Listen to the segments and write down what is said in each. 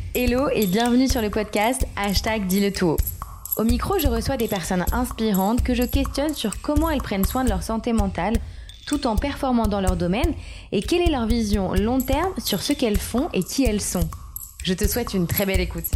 Hello et bienvenue sur le podcast #dis-le tout haut. Au micro, je reçois des personnes inspirantes que je questionne sur comment elles prennent soin de leur santé mentale tout en performant dans leur domaine et quelle est leur vision long terme sur ce qu'elles font et qui elles sont. Je te souhaite une très belle écoute.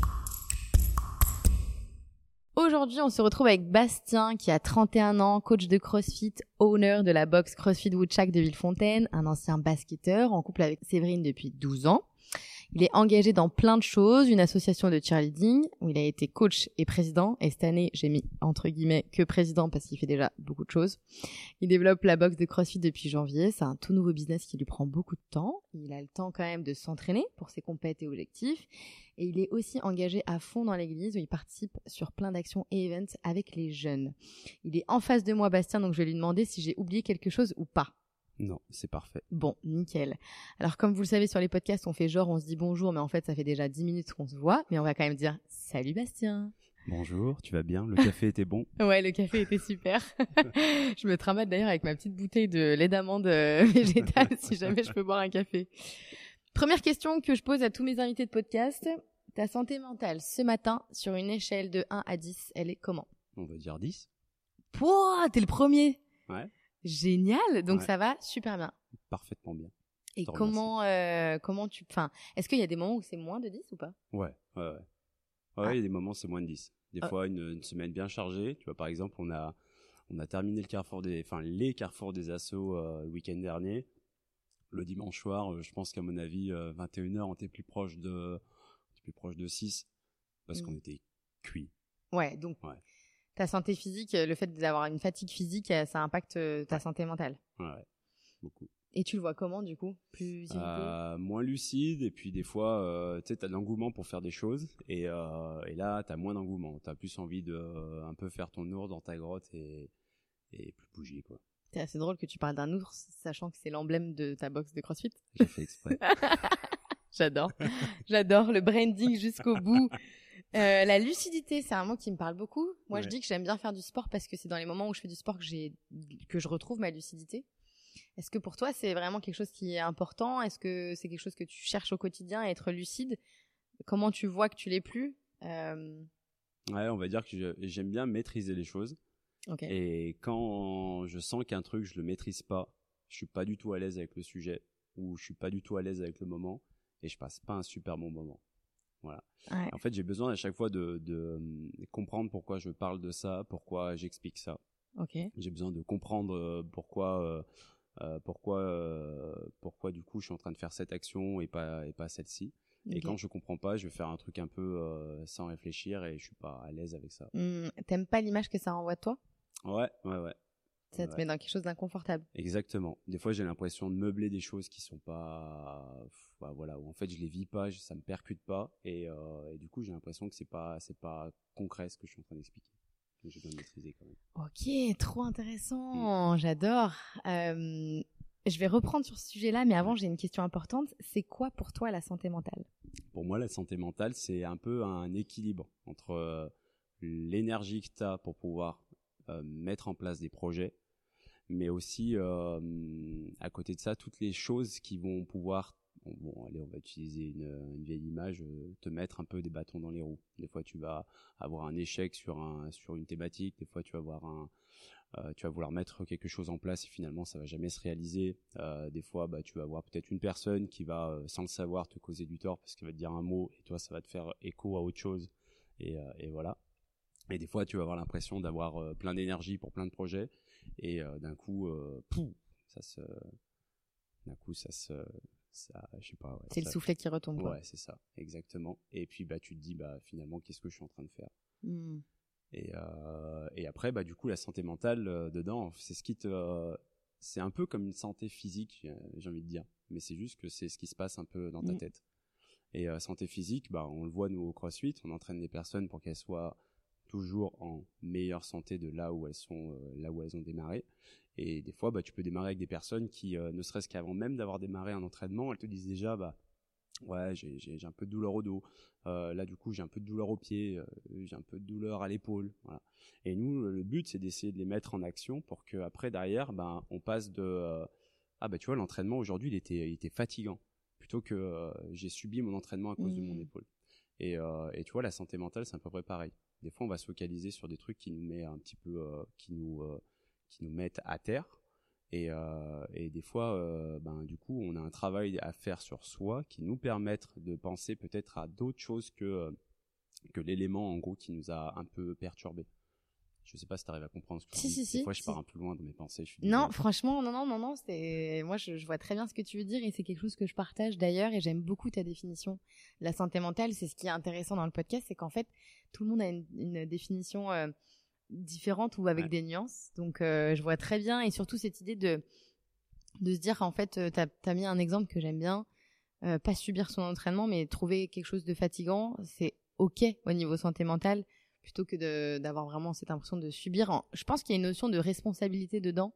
Aujourd'hui, on se retrouve avec Bastien qui a 31 ans, coach de CrossFit, owner de la box CrossFit Woodchuck de Villefontaine, un ancien basketteur en couple avec Séverine depuis 12 ans. Il est engagé dans plein de choses, une association de cheerleading où il a été coach et président. Et cette année, j'ai mis entre guillemets que président parce qu'il fait déjà beaucoup de choses. Il développe la boxe de CrossFit depuis janvier. C'est un tout nouveau business qui lui prend beaucoup de temps. Il a le temps quand même de s'entraîner pour ses compétences et objectifs. Et il est aussi engagé à fond dans l'église où il participe sur plein d'actions et events avec les jeunes. Il est en face de moi, Bastien, donc je vais lui demander si j'ai oublié quelque chose ou pas. Non, c'est parfait. Bon, nickel. Alors, comme vous le savez, sur les podcasts, on fait genre, on se dit bonjour, mais en fait, ça fait déjà 10 minutes qu'on se voit. Mais on va quand même dire salut Bastien. Bonjour, tu vas bien? Le café était bon? Ouais, le café était super. Je me trimballe d'ailleurs avec ma petite bouteille de lait d'amande végétale si jamais je peux boire un café. Première question que je pose à tous mes invités de podcast. Ta santé mentale ce matin, sur une échelle de 1 à 10, elle est comment? On va dire 10. Pouah, t'es le premier. Ouais. Génial, donc Ouais. Ça va super bien. Parfaitement bien. Et Je te comment tu... Enfin, est-ce qu'il y a des moments où c'est moins de 10 ou pas? Ouais. Ouais, il y a des moments, c'est moins de 10. Des fois, une semaine bien chargée. Tu vois, par exemple, on a terminé les carrefours des assos le week-end dernier. Le dimanche soir, je pense qu'à mon avis, 21h, on était plus proche de 6 parce qu'on était cuits. Ouais, donc Ouais. ta santé physique, le fait d'avoir une fatigue physique, ça impacte ta santé mentale. Ouais, beaucoup. Et tu le vois comment du coup? Plus irrité? Moins lucide, et puis des fois tu sais, t'as de l'engouement pour faire des choses et là t'as moins d'engouement, t'as plus envie de un peu faire ton ours dans ta grotte et plus bouger quoi. C'est assez drôle que tu parles d'un ours, sachant que c'est l'emblème de ta box de CrossFit. J'ai fait exprès. J'adore le branding jusqu'au bout. La lucidité, c'est un mot qui me parle beaucoup. Moi, Ouais. Je dis que j'aime bien faire du sport parce que c'est dans les moments où je fais du sport que je retrouve ma lucidité. Est-ce que pour toi, c'est vraiment quelque chose qui est important? Est-ce que c'est quelque chose que tu cherches au quotidien, être lucide? Comment tu vois que tu l'es plus? Ouais, on va dire que j'aime bien maîtriser les choses. Ok. Et quand je sens qu'un truc je le maîtrise pas, je suis pas du tout à l'aise avec le sujet ou je suis pas du tout à l'aise avec le moment et je passe pas un super bon moment. Voilà. Ouais. En fait, j'ai besoin à chaque fois de comprendre pourquoi je parle de ça, pourquoi j'explique ça. Ok. J'ai besoin de comprendre pourquoi du coup je suis en train de faire cette action et pas celle-ci. Et Ok. quand je comprends pas, je vais faire un truc un peu sans réfléchir et je suis pas à l'aise avec ça. T'aimes pas l'image que ça renvoie de toi? Ouais. Ça te met dans quelque chose d'inconfortable. Exactement. Des fois, j'ai l'impression de meubler des choses qui sont pas, voilà, où en fait je les vis pas, ça me percute pas, et du coup j'ai l'impression que c'est pas concret ce que je suis en train d'expliquer. Donc j'ai besoin de maîtriser quand même. Ok, trop intéressant, j'adore. Je vais reprendre sur ce sujet-là, mais avant j'ai une question importante. C'est quoi pour toi la santé mentale? Pour moi, la santé mentale, c'est un peu un équilibre entre l'énergie que tu as pour pouvoir mettre en place des projets, mais aussi à côté de ça, toutes les choses qui vont pouvoir, allez, on va utiliser une vieille image, te mettre un peu des bâtons dans les roues. Des fois, tu vas avoir un échec sur une thématique, des fois tu vas avoir tu vas vouloir mettre quelque chose en place et finalement ça va jamais se réaliser. Des fois, tu vas avoir peut-être une personne qui va, sans le savoir, te causer du tort parce qu'elle va te dire un mot et toi ça va te faire écho à autre chose, et voilà. Et des fois, tu vas avoir l'impression d'avoir plein d'énergie pour plein de projets et d'un coup, je sais pas. Ouais, C'est le soufflet qui retombe, quoi. Ouais, c'est ça, exactement. Et puis, tu te dis, finalement, qu'est-ce que je suis en train de faire? Et après, du coup, la santé mentale dedans, c'est un peu comme une santé physique, j'ai envie de dire. Mais c'est juste que c'est ce qui se passe un peu dans ta tête. Et santé physique, on le voit nous au CrossFit, on entraîne des personnes pour qu'elles soient toujours en meilleure santé de là où elles sont, là où elles ont démarré. Et des fois, tu peux démarrer avec des personnes qui, ne serait-ce qu'avant même d'avoir démarré un entraînement, elles te disent déjà, ouais, j'ai un peu de douleur au dos. Là, du coup, j'ai un peu de douleur au pied, j'ai un peu de douleur à l'épaule. Voilà. Et nous, le but, c'est d'essayer de les mettre en action pour que après, derrière, on passe de tu vois, l'entraînement aujourd'hui, il était fatigant. plutôt que j'ai subi mon entraînement à cause de mon épaule. Et tu vois, la santé mentale, c'est à peu près pareil. Des fois, on va se focaliser sur des trucs qui nous met un petit peu, qui nous mettent à terre. Et des fois, du coup, on a un travail à faire sur soi qui nous permettent de penser peut-être à d'autres choses que l'élément, en gros, qui nous a un peu perturbés. Je sais pas si tu arrives à comprendre ce que je dis. Des fois, je pars un peu loin dans mes pensées. Non, franchement, non. Moi, je vois très bien ce que tu veux dire et c'est quelque chose que je partage d'ailleurs et j'aime beaucoup ta définition. La santé mentale, c'est ce qui est intéressant dans le podcast, c'est qu'en fait, tout le monde a une définition différente ou avec des nuances. Donc, je vois très bien et surtout cette idée de se dire, en fait, t'as mis un exemple que j'aime bien, pas subir son entraînement, mais trouver quelque chose de fatigant, c'est ok au niveau santé mentale, plutôt que d'avoir vraiment cette impression de subir. Je pense qu'il y a une notion de responsabilité dedans,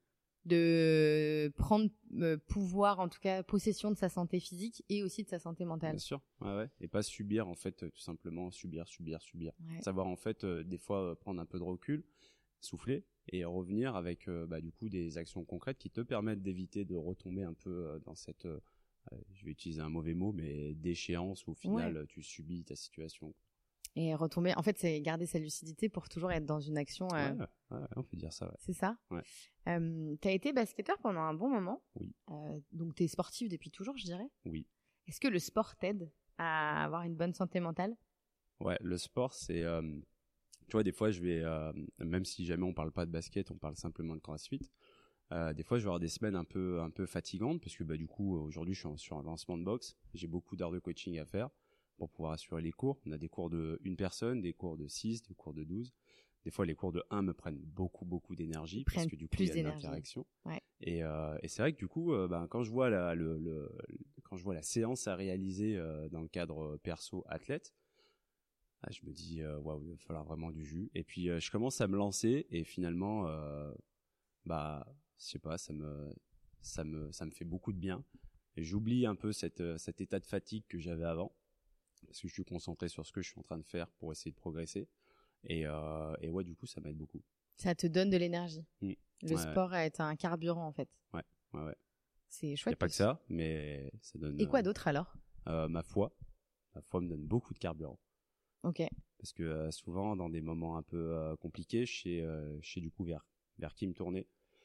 de prendre pouvoir, en tout cas possession de sa santé physique et aussi de sa santé mentale. Bien sûr, et pas subir en fait, tout simplement subir. Savoir en fait des fois prendre un peu de recul, souffler et revenir avec du coup des actions concrètes qui te permettent d'éviter de retomber un peu dans cette je vais utiliser un mauvais mot, mais déchéance où au final tu subis ta situation. Et retomber, en fait, c'est garder sa lucidité pour toujours être dans une action. On peut dire ça. Ouais. C'est ça. Ouais. T'as été basketteur pendant un bon moment. Oui. Donc t'es sportif depuis toujours, je dirais. Oui. Est-ce que le sport t'aide à avoir une bonne santé mentale ? Ouais, le sport, c'est, tu vois, des fois, je vais, même si jamais on parle pas de basket, on parle simplement de CrossFit. Des fois, je vais avoir des semaines un peu fatigantes parce que du coup, aujourd'hui, je suis sur un lancement de boxe. J'ai beaucoup d'heures de coaching à faire pour pouvoir assurer les cours. On a des cours de 1 personne, des cours de 6, des cours de 12. Des fois, les cours de 1 me prennent beaucoup d'énergie parce que du coup, il y a de l'interaction. Ouais. Et c'est vrai que du coup, quand je vois quand je vois la séance à réaliser dans le cadre perso athlète, je me dis waouh, il va falloir vraiment du jus. Et puis je commence à me lancer et finalement, je sais pas, ça me fait beaucoup de bien. Et j'oublie un peu cet état de fatigue que j'avais avant parce que je suis concentré sur ce que je suis en train de faire pour essayer de progresser. Et ouais, du coup, ça m'aide beaucoup. Ça te donne de l'énergie. Le sport est un carburant en fait. Ouais. C'est chouette. Il n'y a pas que ça, mais ça donne. Et quoi d'autre alors ? Ma foi me donne beaucoup de carburant. Ok. Parce que souvent, dans des moments un peu compliqués, je sais du coup vers qui me tourner.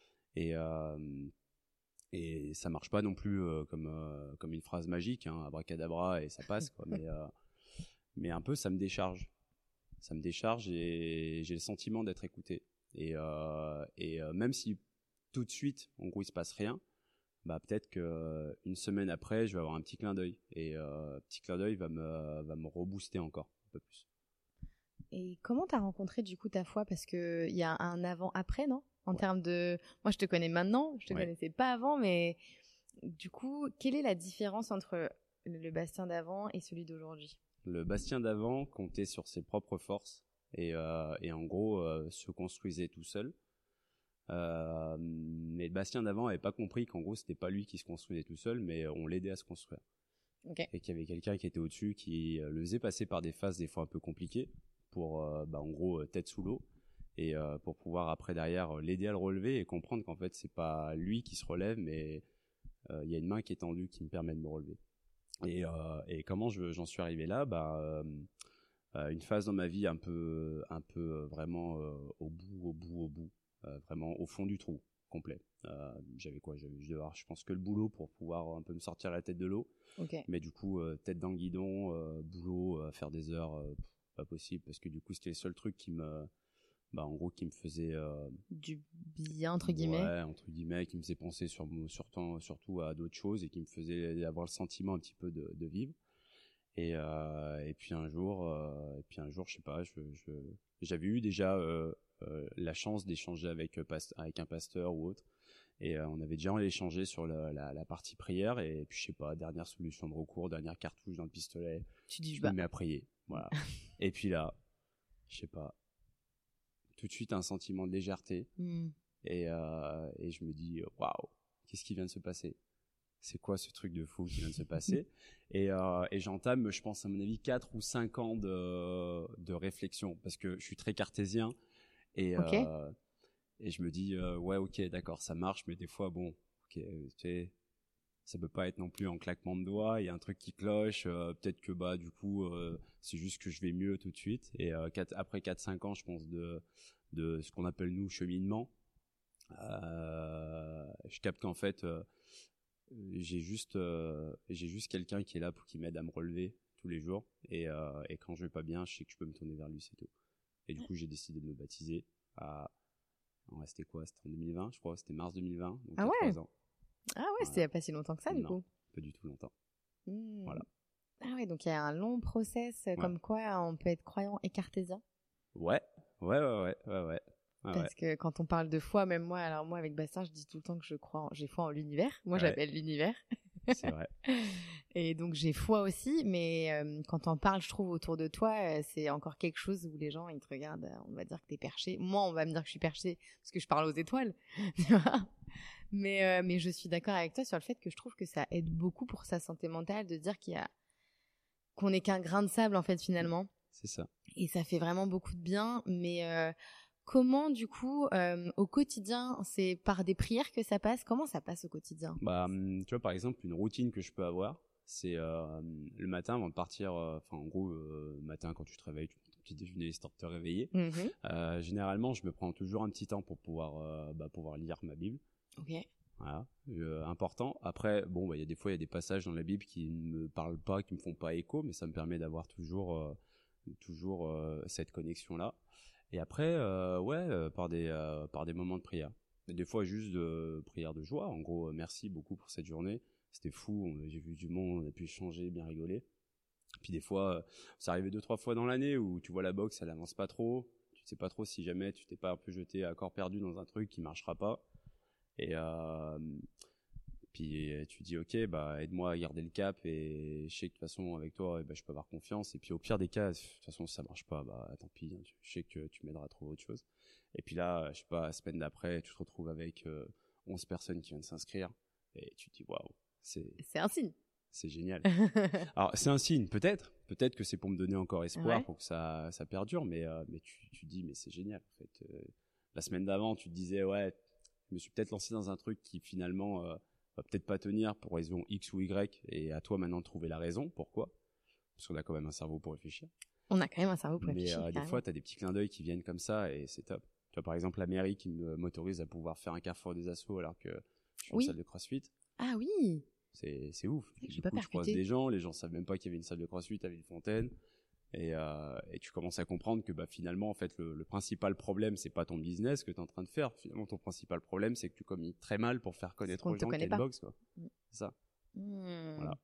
Et ça marche pas non plus comme une phrase magique, hein, abracadabra et ça passe, quoi. Mais un peu, ça me décharge. Ça me décharge et j'ai le sentiment d'être écouté. Et même si tout de suite, en gros, il se passe rien, peut-être que une semaine après, je vais avoir un petit clin d'œil. Et petit clin d'œil va me rebooster encore un peu plus. Et comment t'as rencontré du coup ta foi ? Parce que il y a un avant-après, non ? En termes de, moi je te connais maintenant, je te connaissais pas avant, mais du coup, quelle est la différence entre le Bastien d'avant et celui d'aujourd'hui ? Le Bastien d'avant comptait sur ses propres forces et en gros se construisait tout seul. Mais le Bastien d'avant avait pas compris qu'en gros c'était pas lui qui se construisait tout seul, mais on l'aidait à se construire. Okay. Et qu'il y avait quelqu'un qui était au-dessus, qui le faisait passer par des phases des fois un peu compliquées pour en gros tête sous l'eau et pour pouvoir après derrière l'aider à le relever et comprendre qu'en fait c'est pas lui qui se relève, mais il y a une main qui est tendue qui me permet de me relever. Et comment j'en suis arrivé là, une phase dans ma vie un peu vraiment au bout, vraiment au fond du trou complet. J'avais je pense que le boulot pour pouvoir un peu me sortir la tête de l'eau. Okay. Mais du coup tête dans le guidon, boulot, faire des heures, pas possible parce que du coup c'était le seul truc qui me en gros qui me faisait du bien entre guillemets, qui me faisait penser surtout à d'autres choses et qui me faisait avoir le sentiment un petit peu de vivre. Et puis un jour je sais pas, j'avais eu déjà la chance d'échanger avec un pasteur ou autre, et on avait déjà échangé sur la partie prière, et puis je sais pas, dernière solution de recours, dernière cartouche dans le pistolet, je me mets à prier, voilà. Et puis là, je sais pas, tout de suite un sentiment de légèreté. Et je me dis waouh, qu'est-ce qui vient de se passer, c'est quoi ce truc de fou qui vient de se passer. Et j'entame, je pense à mon avis 4 ou 5 ans de réflexion, parce que je suis très cartésien et je me dis ouais, ok, d'accord, ça marche, mais des fois bon, ok, tu sais, Ça peut pas être non plus en claquement de doigts, il y a un truc qui cloche, peut-être que du coup c'est juste que je vais mieux tout de suite et après 4-5 ans je pense de ce qu'on appelle nous cheminement, je capte qu'en fait j'ai juste quelqu'un qui est là pour qui m'aide à me relever tous les jours et quand je vais pas bien, je sais que je peux me tourner vers lui, c'est tout. Et du coup, j'ai décidé de me baptiser c'était quoi? C'était en 2020, je crois, c'était mars 2020, donc il y a 3 ans. Ah ouais, c'était il y a pas si longtemps que ça, du Non, coup. pas du tout longtemps. Voilà. Ah ouais, donc il y a un long process, comme quoi on peut être croyant et cartésien. Ouais. Parce que quand on parle de foi, même moi, alors moi avec Bastien, je dis tout le temps que j'ai foi en l'univers. Moi, j'appelle l'univers. C'est vrai. Et donc j'ai foi aussi, mais quand on parle, je trouve, autour de toi, c'est encore quelque chose où les gens, ils te regardent, on va dire que t'es perché. Moi, on va me dire que je suis perché parce que je parle aux étoiles, tu vois. Mais je suis d'accord avec toi sur le fait que je trouve que ça aide beaucoup pour sa santé mentale de dire qu'on n'est qu'un grain de sable, en fait, finalement. C'est ça. Et ça fait vraiment beaucoup de bien, mais comment, du coup, au quotidien, c'est par des prières que ça passe? Comment ça passe au quotidien? Tu vois, par exemple, une routine que je peux avoir, c'est le matin avant de partir, en gros, matin quand tu te réveilles, tu prends ton petit déjeuner histoire de te réveiller. Généralement, je me prends toujours un petit temps pour pouvoir lire ma Bible. Ok. Voilà, important. Après, il y a des fois, il y a des passages dans la Bible qui ne me parlent pas, qui me font pas écho, mais ça me permet d'avoir toujours cette connexion-là. Et après, par des moments de prière. Et des fois, juste de prière de joie. En gros, merci beaucoup pour cette journée. C'était fou. J'ai vu du monde, on a pu échanger, bien rigoler. Puis des fois, ça arrivait 2-3 fois dans l'année où tu vois la boxe, elle avance pas trop. Tu sais pas trop si jamais tu t'es pas un peu jeté à corps perdu dans un truc qui marchera pas. Et puis tu dis ok, aide-moi à garder le cap et je sais que de toute façon avec toi je peux avoir confiance. Et puis au pire des cas, de toute façon si ça marche pas, tant pis, hein, je sais que tu m'aideras à trouver autre chose. Et puis là, je sais pas, la semaine d'après, tu te retrouves avec 11 personnes qui viennent s'inscrire et tu te dis waouh, c'est un signe. C'est génial. Alors c'est un signe, peut-être que c'est pour me donner encore espoir, pour que ça perdure, mais tu dis mais c'est génial en fait. La semaine d'avant, tu te disais ouais, je me suis peut-être lancé dans un truc qui finalement va peut-être pas tenir pour raison X ou Y, et à toi maintenant de trouver la raison, pourquoi? Parce qu'on a quand même un cerveau pour réfléchir. On a quand même un cerveau pour réfléchir. Mais des fois, tu as des petits clins d'œil qui viennent comme ça et c'est top. Tu vois, par exemple, la mairie qui m'autorise à pouvoir faire un carrefour des assos alors que je suis en salle de CrossFit. Ah oui. C'est ouf. Du coup, je croise des gens, les gens savent même pas qu'il y avait une salle de CrossFit à Villefontaine. Et tu commences à comprendre que finalement en fait le principal problème c'est pas ton business que tu es en train de faire, finalement ton principal problème c'est que tu communiques très mal pour faire connaître aux gens qu'il y a une box, quoi. C'est ça. Voilà.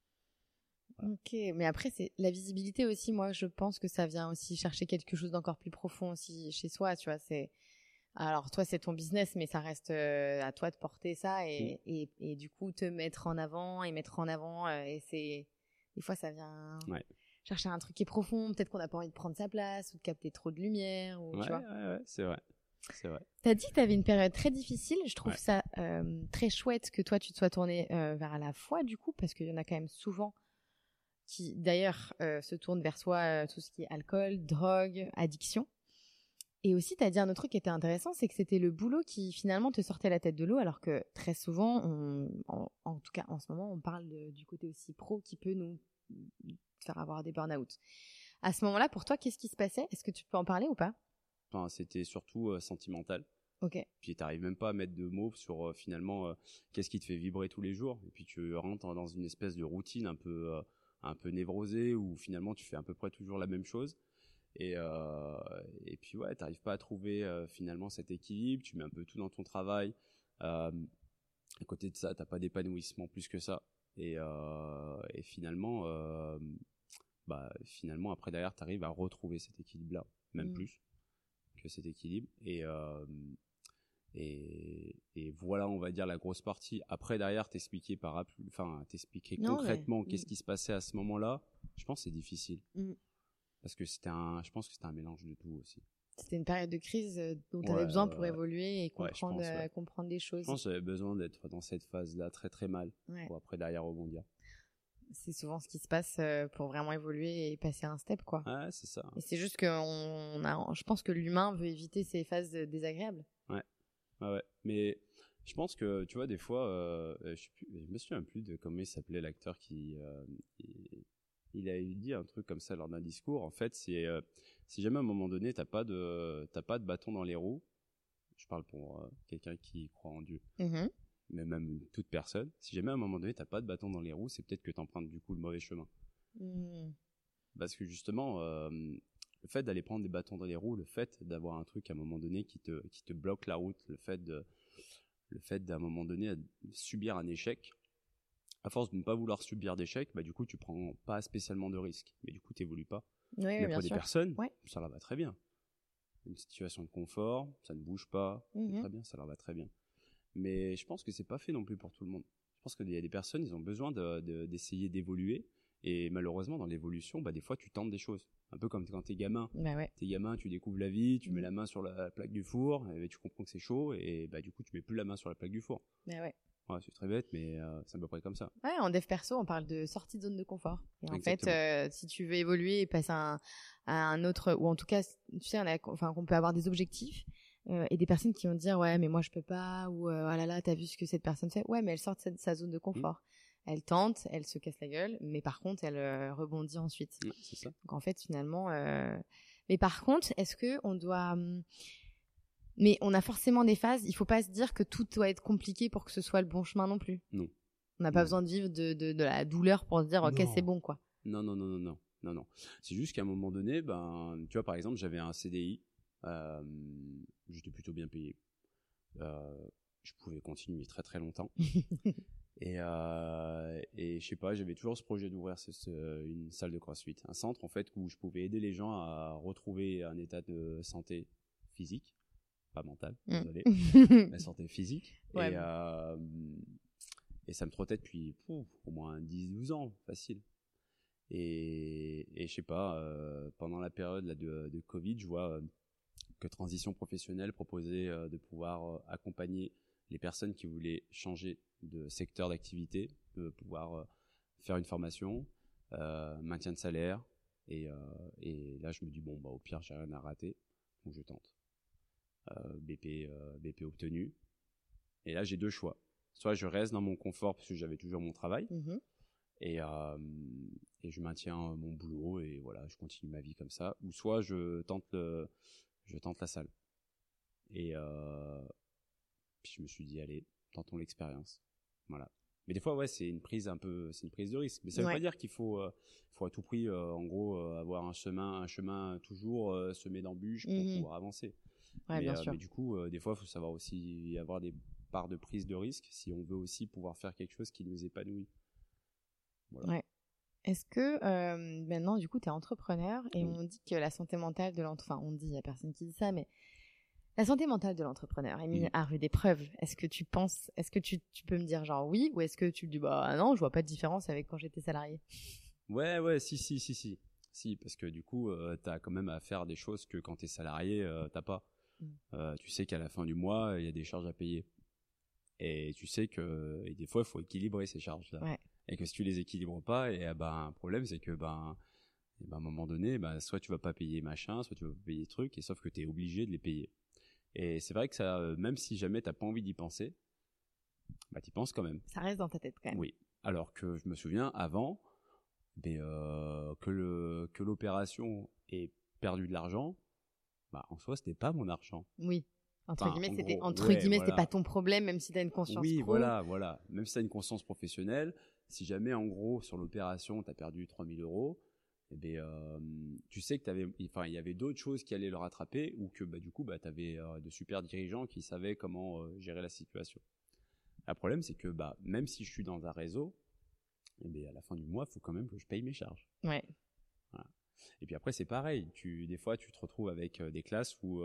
Ok, mais après c'est la visibilité aussi, moi je pense que ça vient aussi chercher quelque chose d'encore plus profond aussi chez soi, tu vois. Alors toi c'est ton business, mais ça reste à toi de porter ça et du coup te mettre en avant et c'est des fois ça vient chercher un truc qui est profond, peut-être qu'on n'a pas envie de prendre sa place ou de capter trop de lumière, ou tu vois. Ouais, c'est vrai. T'as dit que t'avais une période très difficile. Je trouve ça très chouette que toi tu te sois tourné vers la foi, du coup, parce qu'il y en a quand même souvent qui d'ailleurs se tournent vers soi, tout ce qui est alcool, drogue, addiction. Et aussi t'as dit un autre truc qui était intéressant, c'est que c'était le boulot qui finalement te sortait la tête de l'eau, alors que très souvent, en tout cas en ce moment, on parle du côté aussi pro qui peut nous faire avoir des burn-out. À ce moment-là, pour toi, qu'est-ce qui se passait? Est-ce que tu peux en parler ou pas? Enfin, c'était surtout sentimental. Ok. Puis t'arrives même pas à mettre de mots sur finalement qu'est-ce qui te fait vibrer tous les jours. Et puis tu rentres dans une espèce de routine un peu névrosée où finalement tu fais à peu près toujours la même chose. Et puis ouais, t'arrives pas à trouver finalement cet équilibre. Tu mets un peu tout dans ton travail. À côté de ça, t'as pas d'épanouissement plus que ça. Et finalement, après derrière, t'arrives à retrouver cet équilibre-là, même plus que cet équilibre. Et voilà, on va dire la grosse partie. Après derrière, t'expliquer concrètement qu'est-ce qui se passait à ce moment-là. Je pense que c'est difficile. Parce que je pense que c'était un mélange de tout aussi. C'était une période de crise dont tu avais besoin pour évoluer et comprendre des choses. Je pense que j'avais besoin d'être dans cette phase-là très très mal pour après derrière rebondir. C'est souvent ce qui se passe pour vraiment évoluer et passer un step, quoi. Ouais, c'est ça. Et c'est juste que je pense que l'humain veut éviter ces phases désagréables. Ouais. Mais Je pense que, tu vois, des fois, je me souviens plus de comment il s'appelait l'acteur il a dit un truc comme ça lors d'un discours. En fait, c'est si jamais à un moment donné t'as pas de bâton dans les roues. Je parle pour quelqu'un qui croit en Dieu, mais même toute personne. Si jamais à un moment donné t'as pas de bâton dans les roues, c'est peut-être que t'empruntes du coup le mauvais chemin. Parce que justement, le fait d'aller prendre des bâtons dans les roues, le fait d'avoir un truc à un moment donné qui te bloque la route, le fait d'à un moment donné subir un échec, à force de ne pas vouloir subir d'échec, bah du coup tu prends pas spécialement de risques, mais du coup t'évolues pas. Oui, mais bien pour des sûr. personnes, Ouais. ça leur va très bien. Une situation de confort, ça ne bouge pas, c'est très bien, ça leur va très bien. Mais je pense que c'est pas fait non plus pour tout le monde. Je pense qu'il y a des personnes, ils ont besoin d'essayer d'évoluer. Et malheureusement, dans l'évolution, bah, des fois, tu tentes des choses. Un peu comme quand t'es gamin. Bah ouais. T'es gamin, tu découvres la vie, tu mets la main sur la plaque du four, et tu comprends que c'est chaud, et bah, du coup, tu mets plus la main sur la plaque du four. Bah ouais. Ouais, c'est très bête, mais c'est à peu près comme ça. Ouais, en dev perso, on parle de sortie de zone de confort. Et en Exactement. fait, si tu veux évoluer et passer à un autre, ou en tout cas, tu sais, qu'on peut avoir des objectifs, et des personnes qui vont te dire, ouais, mais moi je peux pas, ou oh là là, t'as vu ce que cette personne fait. Ouais, mais elle sort de sa zone de confort. Elle tente, elle se casse la gueule, mais par contre, elle rebondit ensuite. Ouais, c'est ça. Donc en fait, finalement, mais par contre, est-ce que on doit mais on a forcément des phases, il faut pas se dire que tout doit être compliqué pour que ce soit le bon chemin non plus. Non. On n'a pas besoin de vivre de la douleur pour se dire, ok, c'est bon, quoi. Non. C'est juste qu'à un moment donné, ben, tu vois, par exemple, j'avais un CDI, j'étais plutôt bien payé. Je pouvais continuer très très longtemps. Et je sais pas, j'avais toujours ce projet d'ouvrir une salle de CrossFit, un centre en fait où je pouvais aider les gens à retrouver un état de santé physique, pas mentale, désolé, la santé physique. Ouais. Et ça me trottait depuis au moins 10-12 ans, facile. Et je sais pas, pendant la période là, de Covid, je vois que Transition Professionnelle proposait de pouvoir accompagner les personnes qui voulaient changer de secteur d'activité, de pouvoir faire une formation, maintien de salaire. Et là, je me dis, bon, bah, au pire, j'ai rien à rater, donc je tente. BP obtenu. Et là, j'ai deux choix. Soit je reste dans mon confort parce que j'avais toujours mon travail, et je maintiens mon boulot et voilà, je continue ma vie comme ça. Ou soit je tente la salle. Et puis je me suis dit, allez, tentons l'expérience. Voilà. Mais des fois, ouais, c'est une prise de risque. Mais ça veut pas dire qu'il faut à tout prix, en gros, avoir un chemin toujours semé d'embûches pour pouvoir avancer. Ouais, bien sûr. Mais du coup, des fois, il faut savoir aussi avoir des parts de prise de risque si on veut aussi pouvoir faire quelque chose qui nous épanouit. Voilà. Ouais. Est-ce que maintenant, du coup, tu es entrepreneur et on dit que la santé mentale de l'entrepreneur, enfin, on dit, il n'y a personne qui dit ça, mais la santé mentale de l'entrepreneur est mise à rude épreuve. Est-ce que tu peux me dire genre oui, ou est-ce que tu me dis bah non, je vois pas de différence avec quand j'étais salarié? Ouais, si. Si, parce que du coup, t'as quand même à faire des choses que quand t'es salarié, t'as pas. Tu sais qu'à la fin du mois, il y a des charges à payer. Et tu sais que des fois, il faut équilibrer ces charges-là. Ouais. Et que si tu les équilibres pas, et un problème, c'est que à un moment donné, soit tu vas pas payer machin, soit tu vas pas payer truc, et sauf que t'es obligé de les payer. Et c'est vrai que ça, même si jamais t'as pas envie d'y penser, t'y penses quand même. Ça reste dans ta tête quand même. Oui. Alors que je me souviens avant, que l'opération ait perdu de l'argent, en soi c'était pas mon argent. Oui. Entre guillemets, c'était pas ton problème, même si t'as une conscience. Oui, voilà. Même si t'as une conscience professionnelle, si jamais en gros sur l'opération t'as perdu 3000 €, tu sais que il y avait d'autres choses qui allaient le rattraper, ou que du coup t'avais de super dirigeants qui savaient comment gérer la situation. Le problème, c'est que même si je suis dans un réseau, à la fin du mois, il faut quand même que je paye mes charges. Ouais. Voilà. Et puis après, c'est pareil. Des fois, tu te retrouves avec des classes où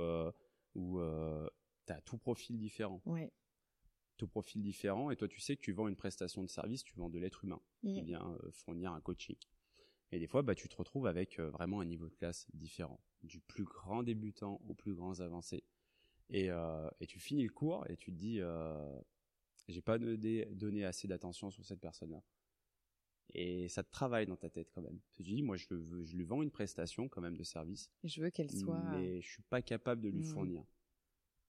tu as tout profil différent. Ouais. Tout profil différent. Et toi, tu sais que tu vends une prestation de service, tu vends de l'être humain qui vient fournir un coaching. Et des fois, tu te retrouves avec vraiment un niveau de classe différent, du plus grand débutant au plus grand avancé. Et tu finis le cours et tu te dis, j'ai pas donné assez d'attention sur cette personne-là. Et ça te travaille dans ta tête quand même. Tu te dis, moi, je lui vends une prestation quand même de service. Je veux qu'elle soit. Mais je suis pas capable de lui fournir.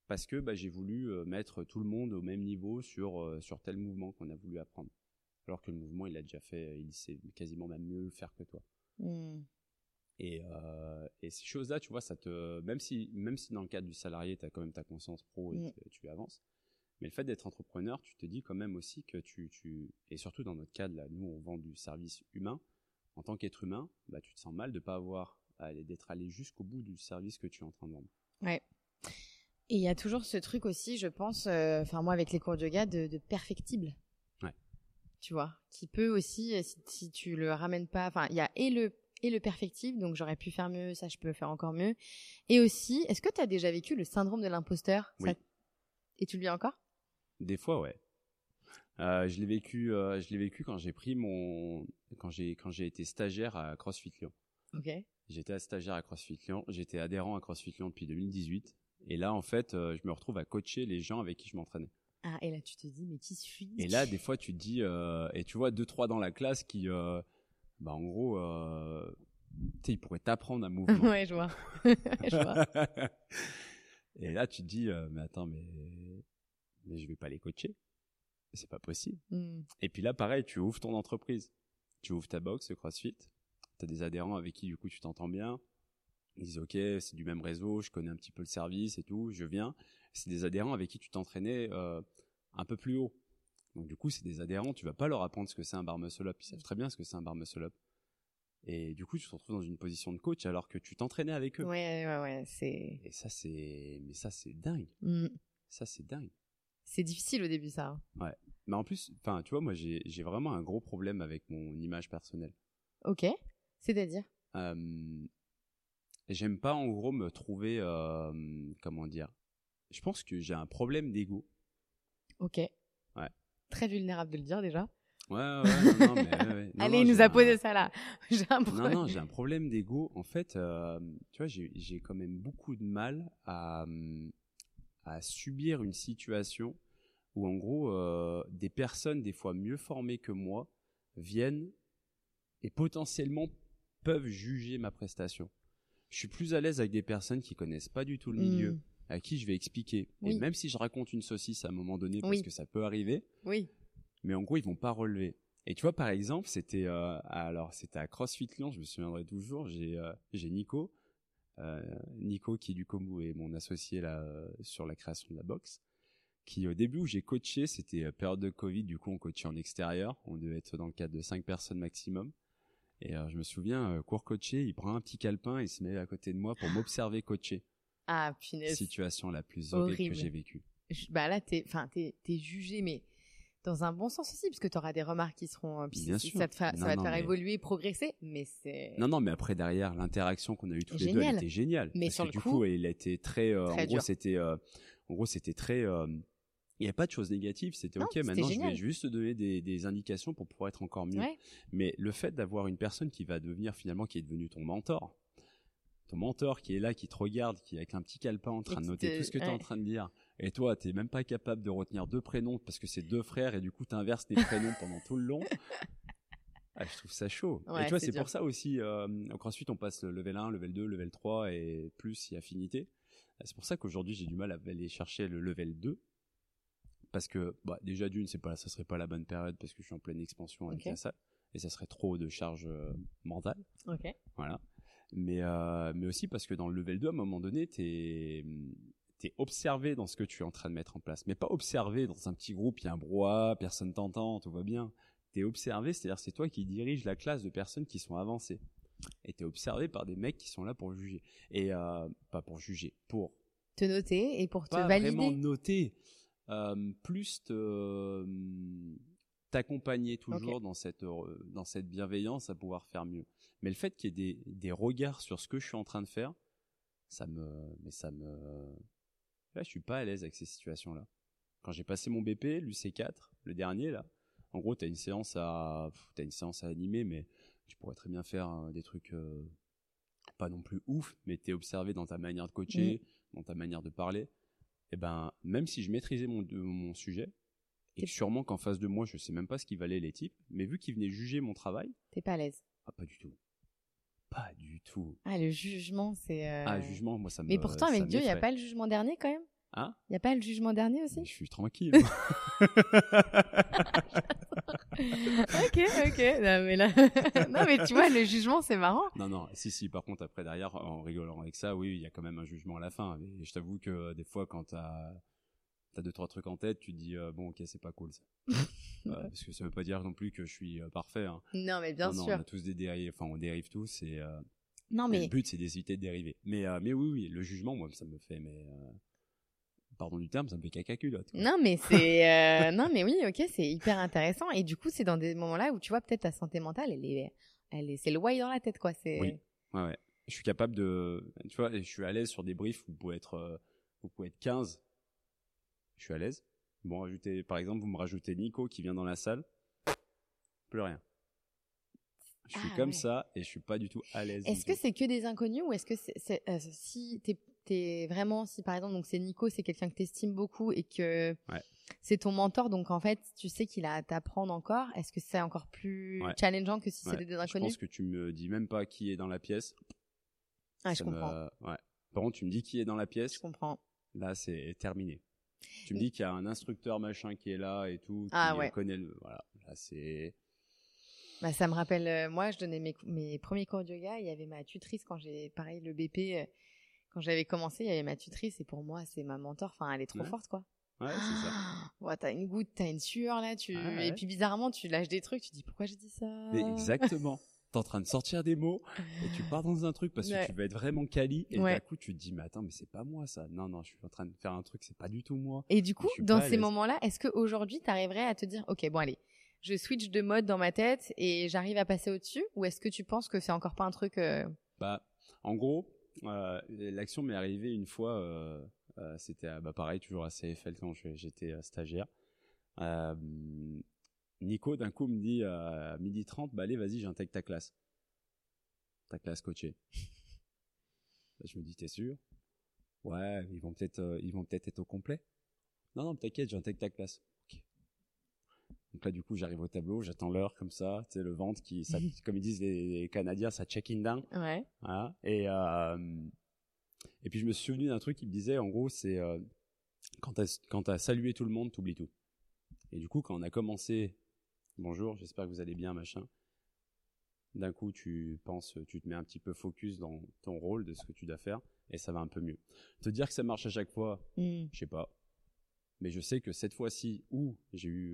parce que j'ai voulu mettre tout le monde au même niveau sur tel mouvement qu'on a voulu apprendre. Alors que le mouvement, il a déjà fait, il sait quasiment même mieux le faire que toi. Et ces choses-là, tu vois, même si dans le cadre du salarié, tu as quand même ta conscience pro et tu avances. Mais le fait d'être entrepreneur, tu te dis quand même aussi que et surtout dans notre cadre, là, nous, on vend du service humain. En tant qu'être humain, tu te sens mal de pas d'être allé jusqu'au bout du service que tu es en train de vendre. Ouais. Et il y a toujours ce truc aussi, je pense, moi avec les cours de yoga, de perfectible. Ouais. Tu vois, qui peut aussi, si tu le ramènes pas, il y a et le perfectible, donc j'aurais pu faire mieux, ça je peux faire encore mieux. Et aussi, est-ce que tu as déjà vécu le syndrome de l'imposteur? Oui. Et tu le vis encore? Des fois, ouais. Je l'ai vécu quand j'ai pris quand j'ai été stagiaire à CrossFit Lyon. Ok. J'étais stagiaire à CrossFit Lyon, j'étais adhérent à CrossFit Lyon depuis 2018. Et là, en fait, je me retrouve à coacher les gens avec qui je m'entraînais. Ah, et là, tu te dis, mais qui suis-je? Et là, des fois, tu te dis, et tu vois 2-3 dans la classe qui, en gros, tu sais, ils pourraient t'apprendre un mouvement. Ouais, je vois. Je vois. Et là, tu te dis, mais attends, mais je vais pas les coacher. C'est pas possible. Et puis là, pareil, tu ouvres ton entreprise. Tu ouvres ta box, CrossFit. Tu as des adhérents avec qui, du coup, tu t'entends bien. Ils disent, OK, c'est du même réseau, je connais un petit peu le service et tout, je viens. C'est des adhérents avec qui tu t'entraînais un peu plus haut. Donc, du coup, c'est des adhérents, tu vas pas leur apprendre ce que c'est un bar muscle up. Ils savent très bien ce que c'est un bar muscle up. Et du coup, tu te retrouves dans une position de coach alors que tu t'entraînais avec eux. Ouais, Et ça, c'est dingue. Ça, c'est dingue. C'est difficile au début, ça. Ouais. Mais en plus, tu vois, moi, j'ai vraiment un gros problème avec mon image personnelle. Ok. C'est-à-dire? J'aime pas, en gros, me trouver, comment dire, je pense que j'ai un problème d'ego. Ok. Ouais. Très vulnérable de le dire, déjà. Ouais, non, mais ouais. Non, allez, il nous a posé ça là. J'ai un problème. Non, j'ai un problème d'ego. En fait, tu vois, j'ai quand même beaucoup de mal à subir une situation où, en gros, des personnes, des fois mieux formées que moi, viennent et potentiellement peuvent juger ma prestation. Je suis plus à l'aise avec des personnes qui connaissent pas du tout le milieu, à qui je vais expliquer. Oui. Et même si je raconte une saucisse à un moment donné, parce que ça peut arriver, mais en gros, ils vont pas relever. Et tu vois, par exemple, c'était à CrossFit Lyon, je me souviendrai toujours, j'ai Nico qui du coup est mon associé là sur la création de la boxe, qui au début où j'ai coaché, c'était période de Covid, du coup on coachait en extérieur, on devait être dans le cadre de 5 personnes maximum. Et je me souviens, cours coaché, il prend un petit calepin, il se met à côté de moi pour m'observer coacher. Ah, punaise. Situation la plus horrible que j'ai vécue. Là, t'es jugé, mais dans un bon sens aussi, parce que t'auras des remarques qui seront... Bien sûr. Ça va te faire évoluer, progresser, mais c'est... Non, mais après, derrière, l'interaction qu'on a eue tous les deux, elle était géniale. Mais parce sur que le du coup, il a été très... en gros, c'était très... il n'y a pas de choses négatives, c'était OK, maintenant je vais juste te donner des indications pour pouvoir être encore mieux. Ouais. Mais le fait d'avoir une personne qui va devenir finalement, qui est devenue ton mentor qui est là, qui te regarde, qui est avec un petit calepin en train de noter tout ce que tu es en train de dire, et toi, tu n'es même pas capable de retenir 2 prénoms parce que c'est 2 frères et du coup, tu inverses les prénoms pendant tout le long. Je trouve ça chaud. Ouais, et tu vois, c'est pour ça aussi, ensuite on passe le level 1, level 2, level 3 et plus et affinité. C'est pour ça qu'aujourd'hui, j'ai du mal à aller chercher le level 2. Parce que déjà ça serait pas la bonne période parce que je suis en pleine expansion avec la salle et ça serait trop de charge mentale. Ok. Voilà. Mais aussi parce que dans le level 2, à un moment donné, t'es observé dans ce que tu es en train de mettre en place, mais pas observé dans un petit groupe, il y a un brouhaha, personne t'entend, tout va bien. T'es observé, c'est-à-dire c'est toi qui diriges la classe de personnes qui sont avancées. Et t'es observé par des mecs qui sont là pour juger et pas pour juger, pour te noter et pour te pas valider. Vraiment noter. Plus t'accompagner toujours dans cette bienveillance à pouvoir faire mieux. Mais le fait qu'il y ait des regards sur ce que je suis en train de faire, là, je suis pas à l'aise avec ces situations-là. Quand j'ai passé mon BP, l'UC4, le dernier, là, en gros, t'as une séance à animer, mais tu pourrais très bien faire des trucs pas non plus ouf, mais t'es observé dans ta manière de coacher, dans ta manière de parler. Et même si je maîtrisais mon sujet, et sûrement qu'en face de moi, je sais même pas ce qu'ils valaient les types, mais vu qu'ils venaient juger mon travail... T'es pas à l'aise. Ah, pas du tout. Pas du tout. Ah, le jugement, c'est... jugement, moi, ça me... Mais pourtant, avec Dieu, il n'y a pas le jugement dernier, quand même? Hein? Il y a pas le jugement dernier aussi? Je suis tranquille. Ok. Non, mais là... non, mais tu vois, le jugement, c'est marrant. Non. Si. Par contre, après, derrière, en rigolant avec ça, oui, il y a quand même un jugement à la fin. Mais je t'avoue que des fois, quand t'as 2-3 trucs en tête, tu te dis, bon, ok, c'est pas cool ça. Parce que ça veut pas dire non plus que je suis parfait. Hein. Non, mais bien Non, sûr. on a tous des dérives, enfin, on dérive tous et Non, le mais... but, c'est d'éviter de dériver. Mais oui, le jugement, moi, ça me fait, pardon du terme, ça me fait caca-culotte. Non, mais c'est... non, mais oui, ok, c'est hyper intéressant. Et du coup, c'est dans des moments-là où tu vois, peut-être ta santé mentale, c'est le why dans la tête, quoi. Oui, ouais. Je suis capable de... Tu vois, je suis à l'aise sur des briefs où vous pouvez être 15. Je suis à l'aise. Par exemple, vous me rajoutez Nico qui vient dans la salle. Plus rien. Je suis comme ça et je suis pas du tout à l'aise. Est-ce que c'est que des inconnus ou est-ce que si t'es vraiment, si par exemple, donc c'est Nico, c'est quelqu'un que t'estimes beaucoup et que c'est ton mentor, donc en fait, tu sais qu'il a à t'apprendre encore, est-ce que c'est encore plus challengeant que si c'était des inconnus? Je pense que tu me dis même pas qui est dans la pièce. Ah, je comprends. Par contre, tu me dis qui est dans la pièce. Je comprends. Là, c'est terminé. Tu me dis qu'il y a un instructeur machin qui est là et tout, qui connaît voilà. Là, c'est... Bah, ça me rappelle, moi, je donnais mes premiers cours de yoga. Il y avait ma tutrice quand j'ai, pareil, le BP, quand j'avais commencé, il y avait ma tutrice et pour moi, c'est ma mentor. Enfin, elle est trop forte, quoi. Ouais, c'est ça. Ouais, t'as une goutte, t'as une sueur, là, et puis bizarrement, tu lâches des trucs, tu te dis pourquoi j'ai dit ça? Mais exactement. T'es en train de sortir des mots et tu pars dans un truc parce que tu vas être vraiment quali et d'un coup, tu te dis, mais attends, mais c'est pas moi, ça. Non, je suis en train de faire un truc, c'est pas du tout moi. Et du coup, dans ces moments-là, est-ce qu'aujourd'hui, t'arriverais à te dire, ok, bon, allez, je switch de mode dans ma tête et j'arrive à passer au-dessus, ou est-ce que tu penses que c'est encore pas un truc Bah, en gros, l'action m'est arrivée une fois, c'était pareil, toujours à CFL quand j'étais stagiaire. Nico, d'un coup, me dit à 12h30, allez, vas-y, j'intègre ta classe coachée. Je me dis, t'es sûr? Ouais, ils vont peut-être être au complet. Non, t'inquiète, j'intègre ta classe. Okay. Donc là, du coup, j'arrive au tableau, j'attends l'heure comme ça, tu sais, le ventre comme ils disent les Canadiens, ça check-in down. Ouais. Voilà. Et puis je me suis souvenu d'un truc qui me disait, en gros, c'est quand t'as salué tout le monde, t'oublies tout. Et du coup, quand on a commencé, bonjour, j'espère que vous allez bien, machin. D'un coup, tu te mets un petit peu focus dans ton rôle de ce que tu dois faire et ça va un peu mieux. Te dire que ça marche à chaque fois, je sais pas. Mais je sais que cette fois-ci où j'ai eu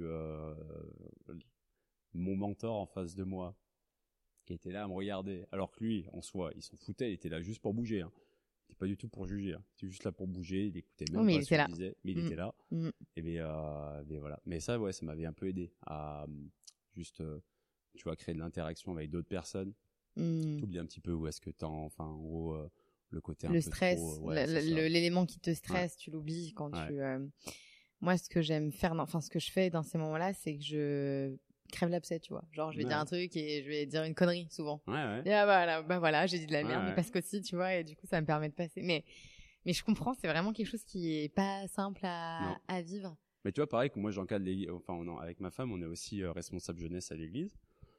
mon mentor en face de moi qui était là à me regarder, alors que lui, en soi, il s'en foutait, il était là juste pour bouger. Hein. Il était pas du tout pour juger. Hein. Il était juste là pour bouger, il écoutait même pas ce que je disais, mais il était là. Et mais voilà. Mais ça, ça m'avait un peu aidé à juste, tu vois, créer de l'interaction avec d'autres personnes. T'oublies un petit peu où est-ce que en gros, le côté un peu stress, trop, l'élément qui te stresse, tu l'oublies quand tu. Moi, ce que j'aime faire, ce que je fais dans ces moments-là, c'est que je crève l'abcès, tu vois. Genre, je vais dire un truc et je vais dire une connerie, souvent. Et voilà, j'ai dit de la merde, mais parce qu'aussi, tu vois, et du coup, ça me permet de passer. Mais je comprends, c'est vraiment quelque chose qui est pas simple à vivre. Mais tu vois, pareil que moi, j'encadre avec ma femme, on est aussi responsable jeunesse à l'église.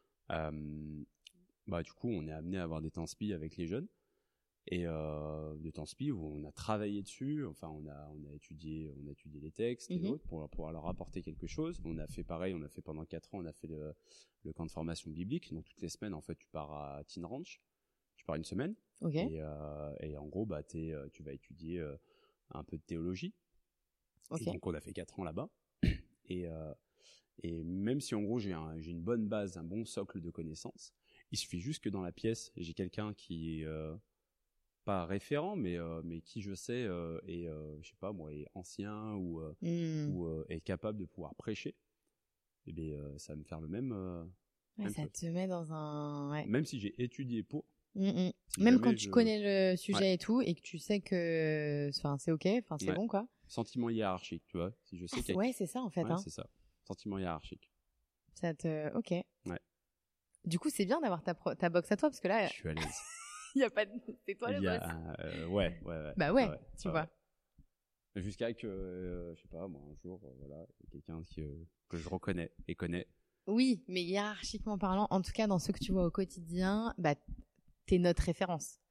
Du coup, on est amené à avoir des temps spi avec les jeunes. Et des temps spi où on a travaillé dessus, enfin on a étudié les textes et autres pour pouvoir leur apporter quelque chose. On a fait pareil, on a fait pendant 4 ans, on a fait le camp de formation biblique. Donc toutes les semaines en fait tu pars à Teen Ranch, tu pars une semaine et en gros tu vas étudier un peu de théologie. Et donc on a fait 4 ans là-bas et même si en gros j'ai une bonne base, un bon socle de connaissances, il suffit juste que dans la pièce j'ai quelqu'un qui est pas référent, mais qui je sais est je sais pas moi, est ancien ou est capable de pouvoir prêcher. Et bien ça va me faire le même. Ça chose. Te met dans un. Même si j'ai étudié pour. Si même quand tu connais le sujet et tout et que tu sais que c'est ok, c'est bon quoi. Sentiment hiérarchique, tu vois. Si je sais c'est ça en fait. C'est ça. Sentiment hiérarchique. Ça te. Ok. Ouais. Du coup, c'est bien d'avoir ta box à toi parce que là. Je suis à l'aise. Il y a pas de... C'est toi le boss. Ouais. Bah tu vois. Jusqu'à que, je sais pas, moi, un jour, quelqu'un que je reconnais et connais. Oui, mais hiérarchiquement parlant, en tout cas, dans ce que tu vois au quotidien, t'es notre référence.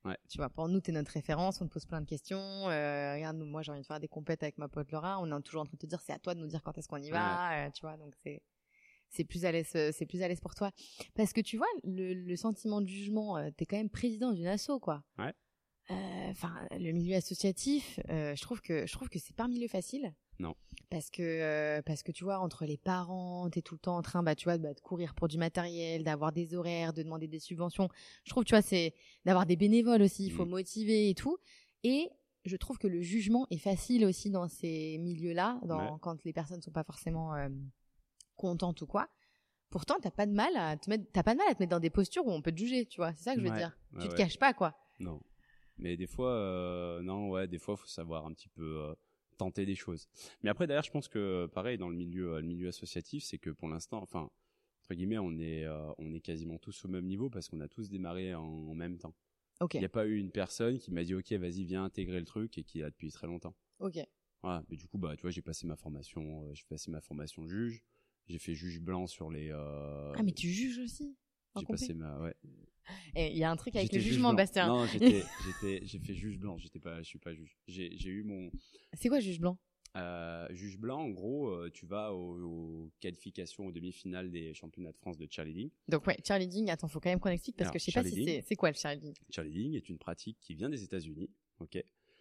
Ouais. Tu vois, pour nous, t'es notre référence, on te pose plein de questions. Regarde, moi, j'ai envie de faire des compètes avec ma pote Laura. On est toujours en train de te dire, c'est à toi de nous dire quand est-ce qu'on y va. Tu vois, donc c'est plus à l'aise pour toi. Parce que tu vois, le sentiment de jugement, t'es quand même président d'une asso, quoi. Ouais. Enfin, le milieu associatif, je trouve que c'est pas un milieu facile. Non. Parce que tu vois, entre les parents, t'es tout le temps en train, tu vois, de courir pour du matériel, d'avoir des horaires, de demander des subventions. Je trouve, tu vois, c'est d'avoir des bénévoles aussi, il faut motiver et tout. Et je trouve que le jugement est facile aussi dans ces milieux-là, quand les personnes sont pas forcément contentes ou quoi. Pourtant, t'as pas de mal à te mettre dans des postures où on peut te juger, tu vois. C'est ça que je veux dire. Tu te caches pas, quoi. Non. Mais des fois, des fois, faut savoir un petit peu tenter des choses. Mais après, d'ailleurs, je pense que pareil dans le milieu associatif, c'est que pour l'instant, enfin, entre guillemets, on est quasiment tous au même niveau parce qu'on a tous démarré en même temps. Ok. Il n'y a pas eu une personne qui m'a dit ok, vas-y, viens intégrer le truc et qui est là depuis très longtemps. Ok. Voilà. Mais du coup, tu vois, j'ai passé ma formation juge. J'ai fait juge blanc sur les. Ah, mais tu juges aussi. J'ai passé ouais. Et il y a un truc avec J'étais le jugement, Bastien. Non, j'ai fait juge blanc. Je suis pas juge. J'ai eu mon. C'est quoi juge blanc? Juge blanc, en gros, tu vas aux qualifications, aux demi-finales des championnats de France de cheerleading. Donc ouais, cheerleading. Attends, faut quand même qu'on explique parce que je sais pas si c'est quoi le cheerleading. Cheerleading est une pratique qui vient des États-Unis, ok.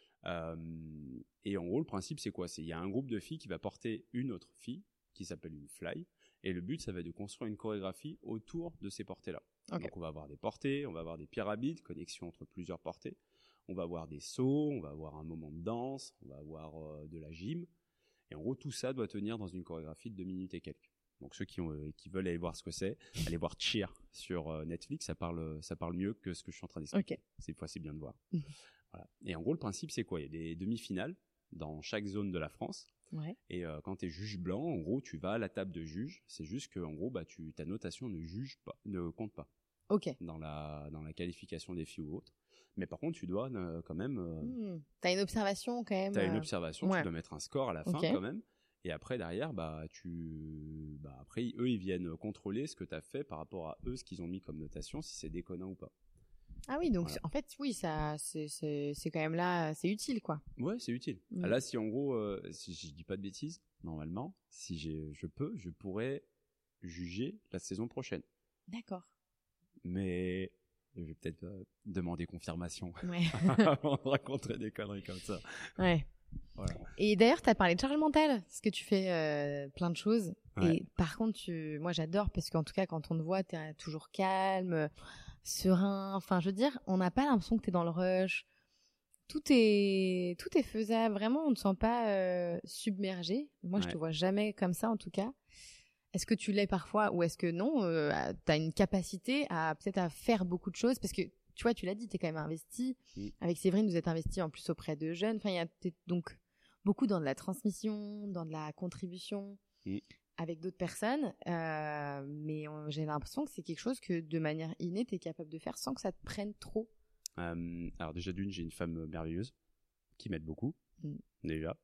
Et en gros, le principe c'est quoi? Il y a un groupe de filles qui va porter une autre fille qui s'appelle une fly. Et le but, ça va être de construire une chorégraphie autour de ces portées-là. Okay. Donc, on va avoir des portées, on va avoir des pyramides, connexion entre plusieurs portées. On va avoir des sauts, on va avoir un moment de danse, on va avoir de la gym. Et en gros, tout ça doit tenir dans une chorégraphie de 2 minutes et quelques. Donc, ceux qui veulent aller voir ce que c'est, allez voir Cheer sur Netflix. Ça parle mieux que ce que je suis en train d'expliquer. Okay. Cette fois, c'est bien de voir. Voilà. Et en gros, le principe, c'est quoi? Il y a des demi-finales dans chaque zone de la France. Ouais. Et quand tu es juge blanc, en gros, tu vas à la table de juge. C'est juste que, en gros, ta notation ne compte pas. Ok. Dans la qualification des filles ou autres. Mais par contre, tu dois quand même. T'as une observation quand même. T'as une observation. Ouais. Tu dois mettre un score à la fin quand même. Et après, derrière, après, eux, ils viennent contrôler ce que t'as fait par rapport à eux, ce qu'ils ont mis comme notation, si c'est déconnant ou pas. Ah oui, donc en fait, oui, ça, c'est quand même là, c'est utile, quoi. Ouais, c'est utile. Là, si en gros, si je dis pas de bêtises, normalement, si je pourrais juger la saison prochaine. D'accord. Mais je vais peut-être demander confirmation ouais. avant de raconter des conneries comme ça. Ouais. Voilà. Et d'ailleurs, tu as parlé de charge mentale, parce que tu fais plein de choses. Ouais. Et par contre, moi, j'adore, parce qu'en tout cas, quand on te voit, tu es toujours calme, serein. Enfin, je veux dire, on n'a pas l'impression que tu es dans le rush. Tout est faisable. Vraiment, on ne te sent pas submergé. Moi, je te vois jamais comme ça, en tout cas. Est-ce que tu l'es parfois ou est-ce que non, tu as une capacité à peut-être à faire beaucoup de choses? Parce que, tu vois, tu l'as dit, tu es quand même investi. Avec Séverine, vous êtes investi en plus auprès de jeunes. Enfin, il y a peut-être donc beaucoup dans de la transmission, dans de la contribution avec d'autres personnes. Mais j'ai l'impression que c'est quelque chose que, de manière innée, tu es capable de faire sans que ça te prenne trop. Alors déjà, j'ai une femme merveilleuse qui m'aide beaucoup, déjà.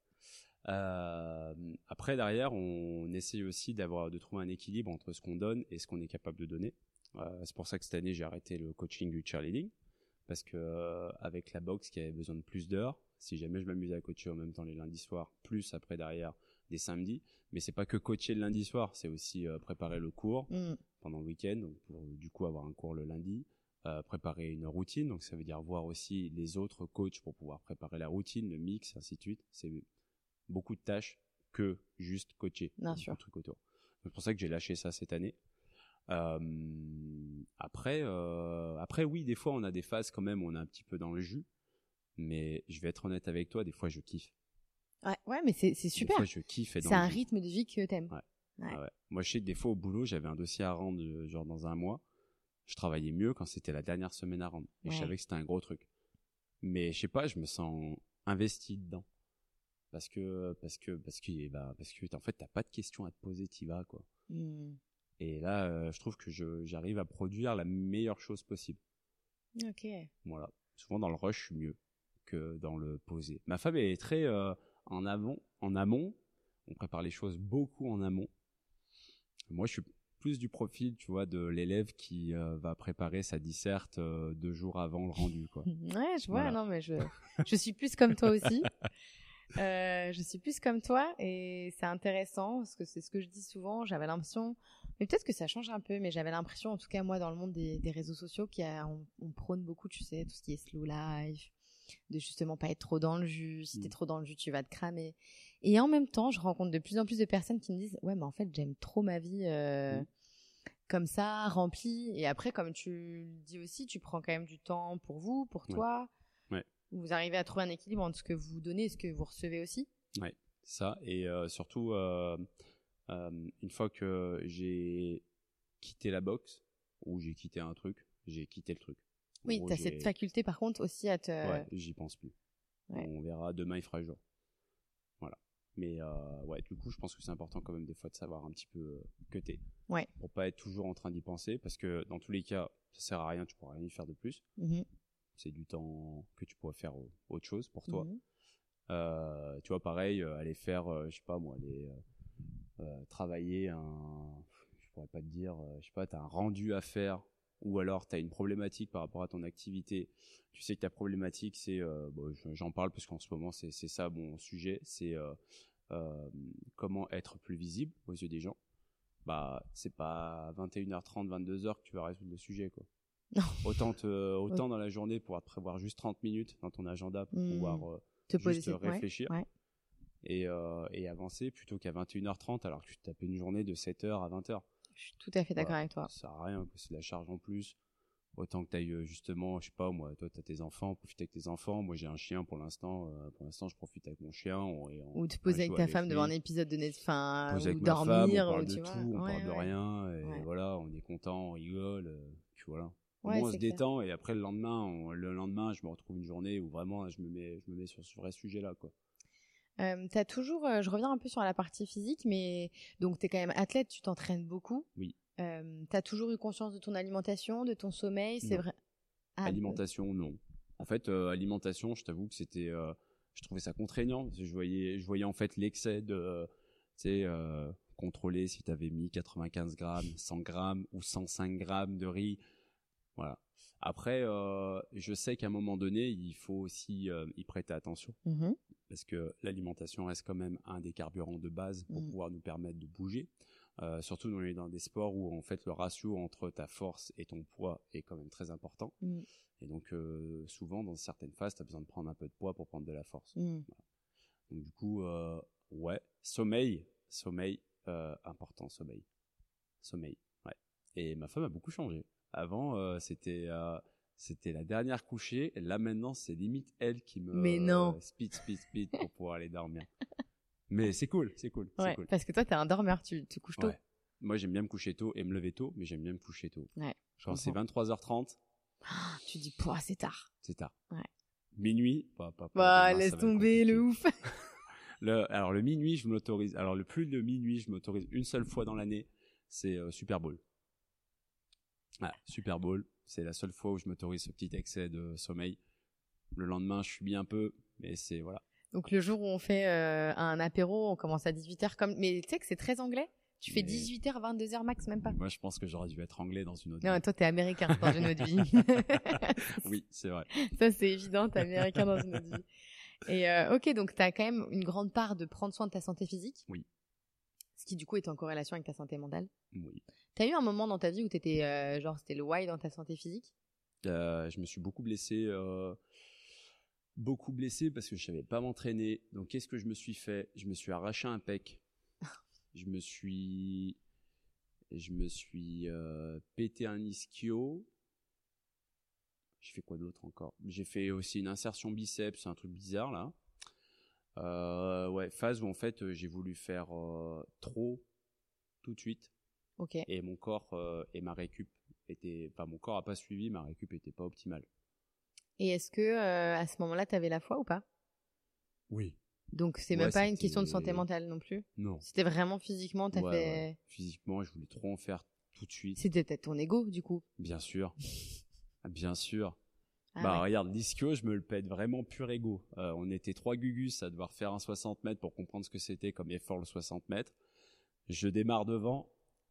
Après, derrière, on essaye aussi de trouver un équilibre entre ce qu'on donne et ce qu'on est capable de donner. C'est pour ça que cette année, j'ai arrêté le coaching du cheerleading. Parce que avec la boxe qui avait besoin de plus d'heures, si jamais je m'amusais à coacher en même temps les lundis soirs, plus après derrière des samedis, mais c'est pas que coacher le lundi soir, c'est aussi préparer le cours pendant le week-end, donc pour du coup avoir un cours le lundi, préparer une routine, donc ça veut dire voir aussi les autres coachs pour pouvoir préparer la routine, le mix, ainsi de suite. C'est beaucoup de tâches que juste coacher. Bien sûr. Un truc autour. C'est pour ça que j'ai lâché ça cette année. Après, oui, des fois on a des phases quand même où on est un petit peu dans le jus, mais je vais être honnête avec toi, des fois je kiffe. Ouais, mais c'est super. Des fois je kiffe. C'est un rythme de vie que t'aimes. Ouais. Moi, je sais que des fois au boulot, j'avais un dossier à rendre, genre dans un mois. Je travaillais mieux quand c'était la dernière semaine à rendre, et je savais que c'était un gros truc. Mais je sais pas, je me sens investi dedans. Parce que en fait, t'as pas de questions à te poser, t'y vas, quoi. Et là, je trouve que j'arrive à produire la meilleure chose possible. Ok. Voilà. Souvent, dans le rush, je suis mieux que dans le posé. Ma femme est très en amont. On prépare les choses beaucoup en amont. Moi, je plus du profil, tu vois, de l'élève qui va préparer sa disserte 2 jours avant le rendu, quoi. Ouais, je vois. Voilà. Non, mais je suis plus comme toi aussi. Je suis plus comme toi et c'est intéressant parce que c'est ce que je dis souvent. J'avais l'impression, mais peut-être que ça change un peu, mais j'avais l'impression, en tout cas moi, dans le monde des réseaux sociaux, on prône beaucoup, tu sais, tout ce qui est slow life, de justement pas être trop dans le jus. Si t'es trop dans le jus, tu vas te cramer. Et en même temps, je rencontre de plus en plus de personnes qui me disent, ouais, mais en fait, j'aime trop ma vie comme ça, remplie. Et après, comme tu le dis aussi, tu prends quand même du temps pour vous, pour toi. Ouais. Vous arrivez à trouver un équilibre entre ce que vous donnez et ce que vous recevez aussi. Ouais, ça. Et surtout, une fois que j'ai quitté la boxe, ou j'ai quitté un truc, j'ai quitté le truc. En Oui, gros, tu as cette faculté par contre aussi à te... Ouais, j'y pense plus. Ouais. On verra, demain il fera jour. Voilà. Mais ouais, du coup, je pense que c'est important quand même des fois de savoir un petit peu cutter. Ouais. Pour pas être toujours en train d'y penser, parce que dans tous les cas, ça sert à rien, tu pourras rien y faire de plus. C'est du temps que tu pourrais faire autre chose pour toi. Tu vois, pareil, aller faire, je sais pas moi, aller travailler je pourrais pas te dire, je sais pas, t'as un rendu à faire, ou alors t'as une problématique par rapport à ton activité. Tu sais que ta problématique, c'est, bon, j'en parle parce qu'en ce moment c'est ça mon sujet, c'est comment être plus visible aux yeux des gens. Bah, c'est pas à 21h30, 22h que tu vas résoudre le sujet, quoi. Non. Autant dans la journée pouvoir te prévoir juste 30 minutes dans ton agenda pour pouvoir te juste poser réfléchir ouais. et avancer plutôt qu'à 21h30 alors que tu te tapes une journée de 7h à 20h. Je suis tout à fait d'accord avec toi. Ça sert à rien, c'est de la charge en plus. Autant que tu ailles justement, je sais pas moi, toi t'as tes enfants, profite avec tes enfants. Moi j'ai un chien pour l'instant je profite avec mon chien. Ou te poser avec ta femme devant un épisode de Netflix, ou dormir, on parle de tu tout, vois. on parle de rien, et voilà, on est content, on rigole, puis voilà. Ouais, on se clair. détend et après le lendemain, je me retrouve une journée où vraiment je me mets sur ce vrai sujet-là, quoi. T'as toujours, je reviens un peu sur la partie physique, mais donc t'es quand même athlète, tu t'entraînes beaucoup. Oui. T'as toujours eu conscience de ton alimentation, de ton sommeil, c'est vrai. Alimentation, non. En fait, alimentation, je t'avoue que c'était, je trouvais ça contraignant parce que je voyais en fait l'excès de, tu sais, contrôler si t'avais mis 95 grammes, 100 grammes ou 105 grammes de riz. Voilà. Après, je sais qu'à un moment donné, il faut aussi y prêter attention. Parce que l'alimentation reste quand même un des carburants de base pour pouvoir nous permettre de bouger. Surtout dans des sports où en fait le ratio entre ta force et ton poids est quand même très important. Et donc souvent dans certaines phases, tu as besoin de prendre un peu de poids pour prendre de la force. Voilà. Donc du coup, ouais, sommeil, important, sommeil. Ouais. Et ma femme a beaucoup changé. Avant, c'était la dernière couchée. Là maintenant, c'est limite elle qui me speed pour pouvoir aller dormir. Mais c'est cool. Ouais, c'est cool. parce que toi, t'es un dormeur, tu te couches tôt. Ouais. Moi, j'aime bien me coucher tôt et me lever tôt, mais j'aime bien me coucher tôt. Ouais. Quand c'est 23h30. Tu dis, c'est tard. C'est tard. Ouais. Minuit, pas. Bah, laisse tomber, le ouf. Alors, le minuit, je m'autorise. Alors, le plus de minuit, je m'autorise une seule fois dans l'année. C'est Super Bowl. Ah, Super Bowl. C'est la seule fois où je m'autorise ce petit excès de sommeil. Le lendemain, je suis bien un peu, mais c'est, voilà. Donc, le jour où on fait un apéro, on commence à 18h mais tu sais que c'est très anglais. Tu fais 18h, 22h max, même pas. Moi, je pense que j'aurais dû être anglais dans une autre vie. Non, toi, t'es américain dans une autre vie. Oui, c'est vrai. Ça, c'est évident, t'es américain dans une autre vie. Et ok, donc t'as quand même une grande part de prendre soin de ta santé physique. Oui. Ce qui, du coup, est en corrélation avec ta santé mentale. Oui. T'as eu un moment dans ta vie où t'étais, c'était le why dans ta santé physique? Je me suis beaucoup blessé parce que je savais pas m'entraîner. Donc, qu'est-ce que je me suis fait? Je me suis arraché un pec. Je me suis pété un ischio. J'ai fait quoi d'autre encore? J'ai fait aussi une insertion biceps, un truc bizarre là. Ouais, phase où en fait j'ai voulu faire trop tout de suite. Ok. Et mon corps et ma récup mon corps a pas suivi, ma récup était pas optimale. Et est-ce que à ce moment-là, t'avais la foi ou pas? Oui. Donc c'est même pas une question de santé mentale non plus? Non. C'était vraiment physiquement, t'as fait... Ouais. Physiquement, je voulais trop en faire tout de suite. C'était peut-être ton ego, du coup. Bien sûr. Bien sûr. Ouais. Regarde, l'ischio, je me le pète vraiment pur ego. On était 3 gugus à devoir faire un 60 mètres pour comprendre ce que c'était comme effort le 60 mètres. Je démarre devant.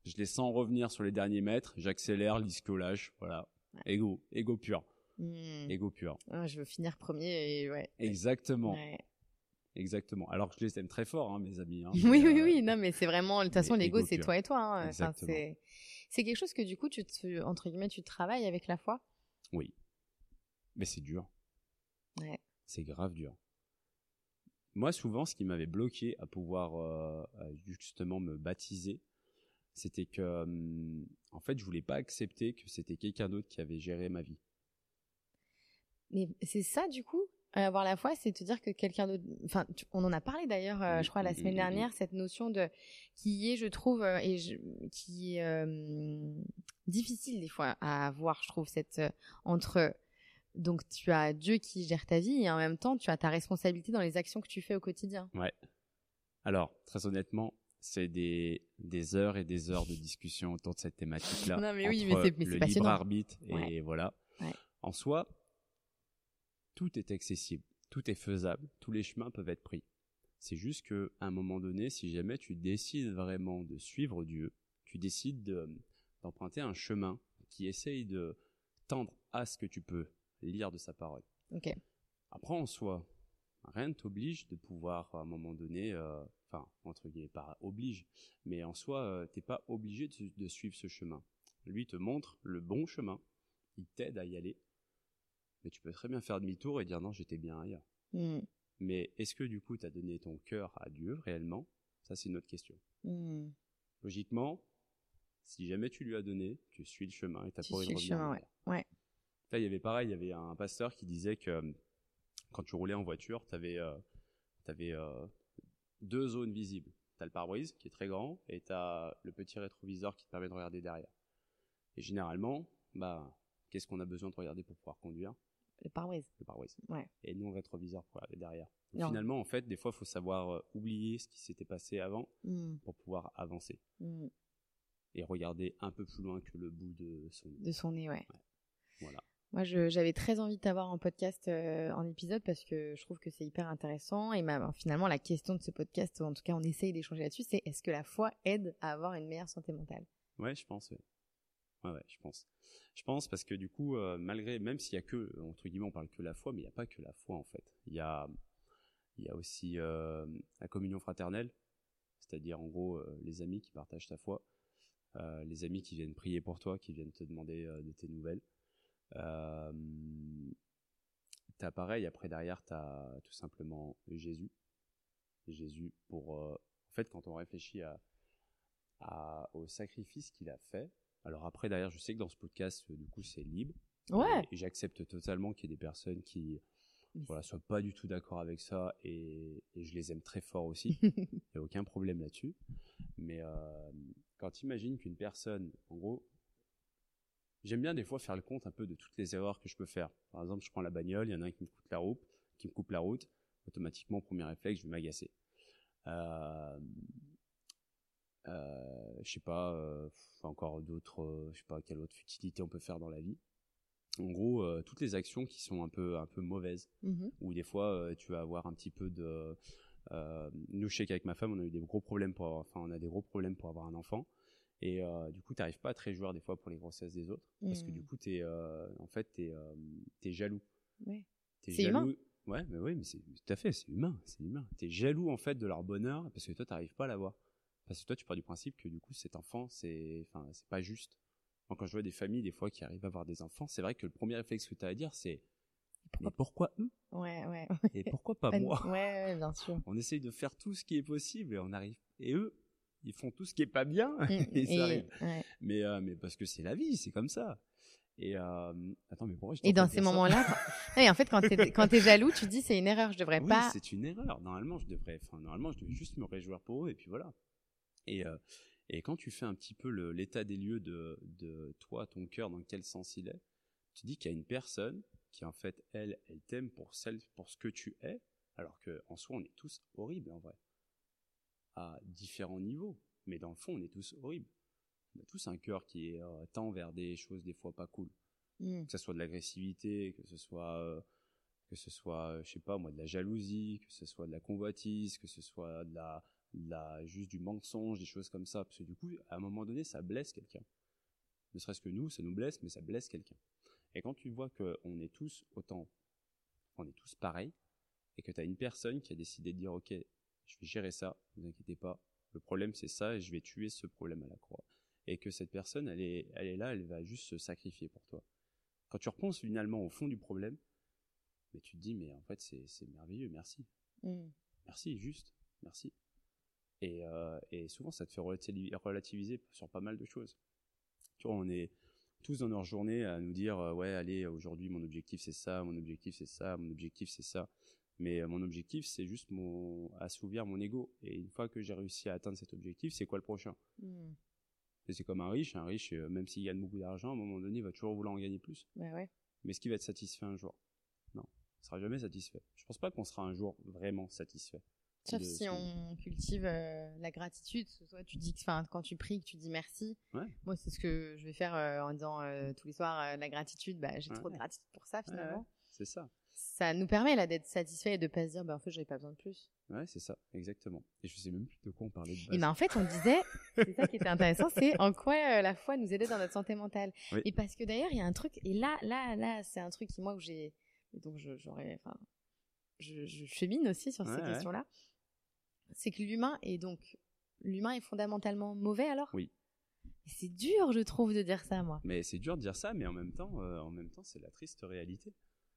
je les sens revenir sur les derniers mètres, j'accélère, l'isco lâche, voilà. Ego pur. Ego pur. Ah, je veux finir premier et ouais. Exactement. Ouais. Exactement. Alors que je les aime très fort, hein, mes amis. Hein, Oui. Non, mais c'est vraiment, de toute façon, l'ego, ego c'est pur. toi et toi. Hein. Exactement. Enfin, c'est quelque chose que du coup, entre guillemets, tu travailles avec la foi. Oui. Mais c'est dur. Ouais. C'est grave dur. Moi, souvent, ce qui m'avait bloqué à pouvoir justement me baptiser, c'était que, en fait, je voulais pas accepter que c'était quelqu'un d'autre qui avait géré ma vie. Mais c'est ça, du coup, avoir la foi, c'est te dire que quelqu'un d'autre. Enfin, on en a parlé d'ailleurs, je crois, la semaine dernière, cette notion qui est, je trouve, qui est difficile des fois à avoir, je trouve, entre. Donc, tu as Dieu qui gère ta vie et en même temps, tu as ta responsabilité dans les actions que tu fais au quotidien. Ouais. Alors, très honnêtement, c'est des heures et des heures de discussion autour de cette thématique-là. Non, mais entre oui, mais c'est le passionnant. libre arbitre et Ouais. voilà. Ouais. En soi, tout est accessible, tout est faisable, tous les chemins peuvent être pris. C'est juste qu'à un moment donné, si jamais tu décides vraiment de suivre Dieu, tu décides d'emprunter un chemin qui essaye de tendre à ce que tu peux lire de sa parole. Ok. Après, en soi, rien ne t'oblige de pouvoir, à un moment donné, enfin, entre guillemets, pas oblige, mais en soi, t'es pas obligé de suivre ce chemin. Lui te montre le bon chemin, il t'aide à y aller, mais tu peux très bien faire demi-tour et dire non, j'étais bien ailleurs. Mais est-ce que du coup, tu as donné ton cœur à Dieu réellement? Ça, c'est une autre question. Logiquement, si jamais tu lui as donné, tu suis le chemin et tu n'as pas envie de revenir en arrière. Ouais. Là, il y avait pareil, il y avait un pasteur qui disait que quand tu roulais en voiture, tu avais, deux zones visibles. Tu as le pare-brise qui est très grand et tu as le petit rétroviseur qui te permet de regarder derrière. Et généralement, qu'est-ce qu'on a besoin de regarder pour pouvoir conduire? Le pare-brise. Le pare-brise. Ouais. Et nous, le rétroviseur pour regarder derrière. Donc, finalement, en fait, des fois, il faut savoir oublier ce qui s'était passé avant pour pouvoir avancer. Et regarder un peu plus loin que le bout de son nez. De son nez, ouais. Voilà. Moi, j'avais très envie de t'avoir en podcast, en épisode, parce que je trouve que c'est hyper intéressant. Et finalement, la question de ce podcast, en tout cas, on essaye d'échanger là-dessus, c'est est-ce que la foi aide à avoir une meilleure santé mentale? Ouais, je pense, ouais, je pense. Je pense parce que du coup, même s'il y a que, entre guillemets, on parle que la foi, mais il n'y a pas que la foi, en fait. Il y a aussi la communion fraternelle, c'est-à-dire, en gros, les amis qui partagent ta foi, les amis qui viennent prier pour toi, qui viennent te demander de tes nouvelles. T'as pareil, après derrière, t'as tout simplement Jésus. Jésus en fait, quand on réfléchit au sacrifice qu'il a fait, alors après derrière, je sais que dans ce podcast, du coup, c'est libre. Ouais. Et j'accepte totalement qu'il y ait des personnes qui soient pas du tout d'accord avec ça et je les aime très fort aussi. Il n'y a aucun problème là-dessus. Mais quand tu imagines qu'une personne, en gros, j'aime bien des fois faire le compte un peu de toutes les erreurs que je peux faire. Par exemple, je prends la bagnole, il y en a un qui me coupe la route, automatiquement, premier réflexe, je vais m'agacer. Je sais pas, encore d'autres, je sais pas quelle autre futilité on peut faire dans la vie. En gros, toutes les actions qui sont un peu mauvaises, où des fois tu vas avoir un petit peu de. Nous, je sais qu'avec ma femme, on a des gros problèmes pour avoir un enfant. Et du coup, t'arrives pas à te réjouir des fois pour les grossesses des autres, parce que du coup, t'es jaloux. Ouais. T'es C'est jaloux. humain. Ouais, mais oui, mais tout à fait, c'est humain. T'es jaloux en fait de leur bonheur parce que toi, t'arrives pas à l'avoir. Parce que toi, tu pars du principe que du coup, cet enfant, c'est pas juste. Moi, quand je vois des familles des fois qui arrivent à avoir des enfants, c'est vrai que le premier réflexe que t'as à dire, c'est mais pourquoi eux? Ouais. Et pourquoi pas moi? Ouais, bien sûr. On essaye de faire tout ce qui est possible et on arrive. Et eux, ils font tout ce qui est pas bien et ça arrive. Ouais. Mais parce que c'est la vie, c'est comme ça. Et attends, mais pourquoi je Et dans ces moments-là, en fait, quand t'es jaloux, tu te dis c'est une erreur, je devrais pas. Oui, c'est une erreur. Normalement, je devais juste me réjouir pour eux et puis voilà. Et quand tu fais un petit peu l'état des lieux de toi, ton cœur, dans quel sens il est, tu dis qu'il y a une personne qui en fait elle t'aime pour ce que tu es, alors que en soi on est tous horribles en vrai, à différents niveaux, mais dans le fond on est tous horribles. On a tous un cœur qui tend vers des choses des fois pas cool, que ce soit de l'agressivité, que ce soit je sais pas moi, de la jalousie, que ce soit de la convoitise, que ce soit de la juste du mensonge, des choses comme ça. Parce que du coup, à un moment donné, ça blesse quelqu'un. Ne serait-ce que nous, ça nous blesse, mais ça blesse quelqu'un. Et quand tu vois qu'on est tous on est tous pareils, et que tu as une personne qui a décidé de dire, ok, je vais gérer ça, ne vous inquiétez pas, le problème c'est ça, et je vais tuer ce problème à la croix. Et que cette personne, elle est là, elle va juste se sacrifier pour toi. Quand tu repenses finalement au fond du problème, mais tu te dis, mais en fait, c'est merveilleux, merci. Merci, juste, merci. Et souvent, ça te fait relativiser sur pas mal de choses. Tu vois, on est tous dans leur journée à nous dire, ouais, allez, aujourd'hui, mon objectif, c'est ça, mon objectif, c'est ça, mon objectif, c'est ça. Mais mon objectif, c'est juste assouvir mon ego. Et une fois que j'ai réussi à atteindre cet objectif, c'est quoi le prochain? Et c'est comme un riche, même s'il gagne beaucoup d'argent, à un moment donné, il va toujours vouloir en gagner plus. Bah ouais. Mais est-ce qu'il va être satisfait un jour? Non, il sera jamais satisfait. Je pense pas qu'on sera un jour vraiment satisfait. Sauf si on cultive la gratitude. Soit tu dis quand tu pries, que tu dis merci. Ouais. Moi, c'est ce que je vais faire en disant tous les soirs la gratitude. Bah, j'ai trop de gratitude pour ça finalement. Ouais, c'est ça. Ça nous permet là d'être satisfait et de pas se dire, bah en fait, j'avais pas besoin de plus. Ouais, c'est ça, exactement. Et je sais même plus de quoi on parlait de base. Et ben en fait, on disait, c'est ça qui était intéressant, c'est en quoi la foi nous aidait dans notre santé mentale. Oui. Et parce que d'ailleurs, il y a un truc, et là, c'est un truc qui moi où j'ai, donc je chemine aussi sur ces questions-là. C'est que l'humain est fondamentalement mauvais alors. Oui. Et c'est dur, je trouve, de dire ça, moi. Mais c'est dur de dire ça, mais en même temps, c'est la triste réalité.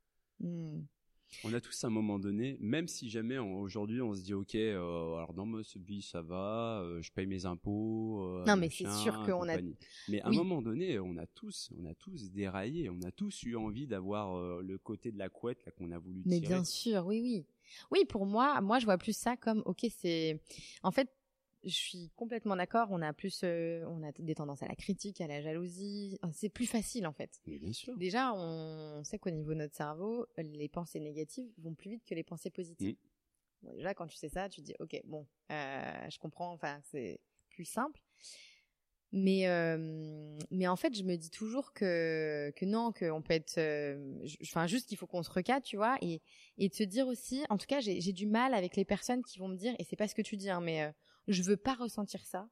On a tous à un moment donné, même si jamais aujourd'hui on se dit ok, alors dans ma vie ça va, je paye mes impôts. Non mais c'est sûr qu'on a. Mais à un moment donné, on a tous déraillé, on a tous eu envie d'avoir le côté de la couette là qu'on a voulu tirer. Mais bien sûr, oui. Pour moi, je vois plus ça comme ok, c'est en fait. Je suis complètement d'accord. On a des tendances à la critique, à la jalousie. C'est plus facile en fait. Mais bien sûr. Déjà, on sait qu'au niveau de notre cerveau, les pensées négatives vont plus vite que les pensées positives. Bon, déjà, quand tu sais ça, tu te dis ok, bon, je comprends. Enfin, c'est plus simple. Mais en fait, je me dis toujours que non, qu'on peut être, juste qu'il faut qu'on se recadre, tu vois, et de se dire aussi, en tout cas, j'ai du mal avec les personnes qui vont me dire, et c'est pas ce que tu dis, hein, mais je veux pas ressentir ça.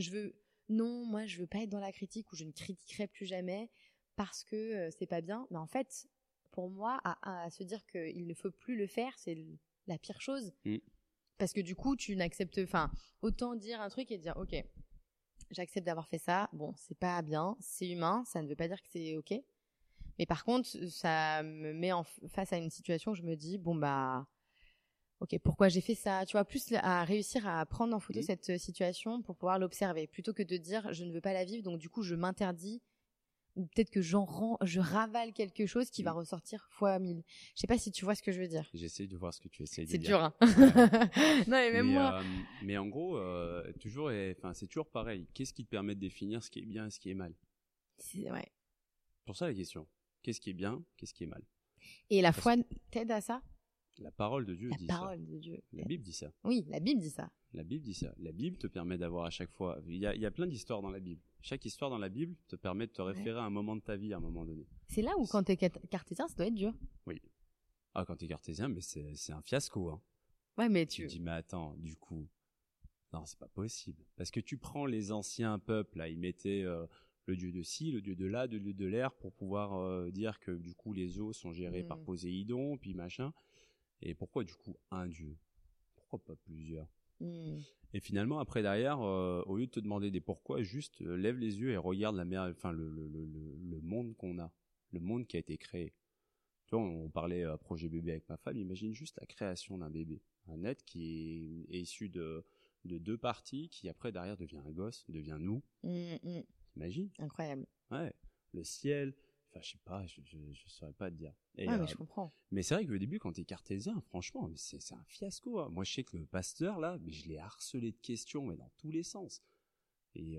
Moi, je veux pas être dans la critique ou je ne critiquerai plus jamais parce que c'est pas bien. Mais en fait, pour moi, à se dire qu'il ne faut plus le faire, c'est la pire chose. Parce que du coup, tu n'acceptes, autant dire un truc et dire, ok, j'accepte d'avoir fait ça. Bon, c'est pas bien, c'est humain, ça ne veut pas dire que c'est ok. Mais par contre, ça me met face à une situation où je me dis, bon bah, ok, pourquoi j'ai fait ça? Tu vois, plus à réussir à prendre en photo cette situation pour pouvoir l'observer, plutôt que de dire, je ne veux pas la vivre, donc du coup, je m'interdis, ou peut-être que je ravale quelque chose qui va ressortir fois 1000. Je sais pas si tu vois ce que je veux dire. J'essaie de voir ce que tu essayes de dire. C'est dur, hein. Non, mais même moi. Mais en gros, c'est toujours pareil. Qu'est-ce qui te permet de définir ce qui est bien et ce qui est mal? Ouais. Pour ça, la question. Qu'est-ce qui est bien? Qu'est-ce qui est mal? Et la foi t'aide à ça? La parole de Dieu dit ça. La parole de Dieu. La Bible dit ça. Oui, la Bible dit ça. La Bible dit ça. La Bible te permet d'avoir à chaque fois... Il y a plein d'histoires dans la Bible. Chaque histoire dans la Bible te permet de te référer à un moment de ta vie, à un moment donné. C'est là où quand t'es cartésien, ça doit être dur. Oui. Ah, quand t'es cartésien, mais c'est un fiasco, hein. Ouais, mais tu te dis, mais attends, du coup... Non, c'est pas possible. Parce que tu prends les anciens peuples, là, ils mettaient le dieu de ci, le dieu de là, le dieu de l'air, pour pouvoir dire que, du coup, les eaux sont gérées par Poséidon, puis machin... Et pourquoi du coup un dieu? Pourquoi pas plusieurs? Et finalement après derrière, au lieu de te demander des pourquoi, juste lève les yeux et regarde le monde qu'on a, le monde qui a été créé. Tu vois, on parlait projet bébé avec ma femme. Imagine juste la création d'un bébé, un être qui est issu de deux parties, qui après derrière devient un gosse, devient nous. T'imagines? Incroyable. Ouais, le ciel. Enfin, je sais pas, je saurais pas te dire. Mais je comprends. Mais c'est vrai qu'au début, quand t'es cartésien, franchement, c'est un fiasco, hein. Moi, je sais que le pasteur, là, mais je l'ai harcelé de questions, mais dans tous les sens. Et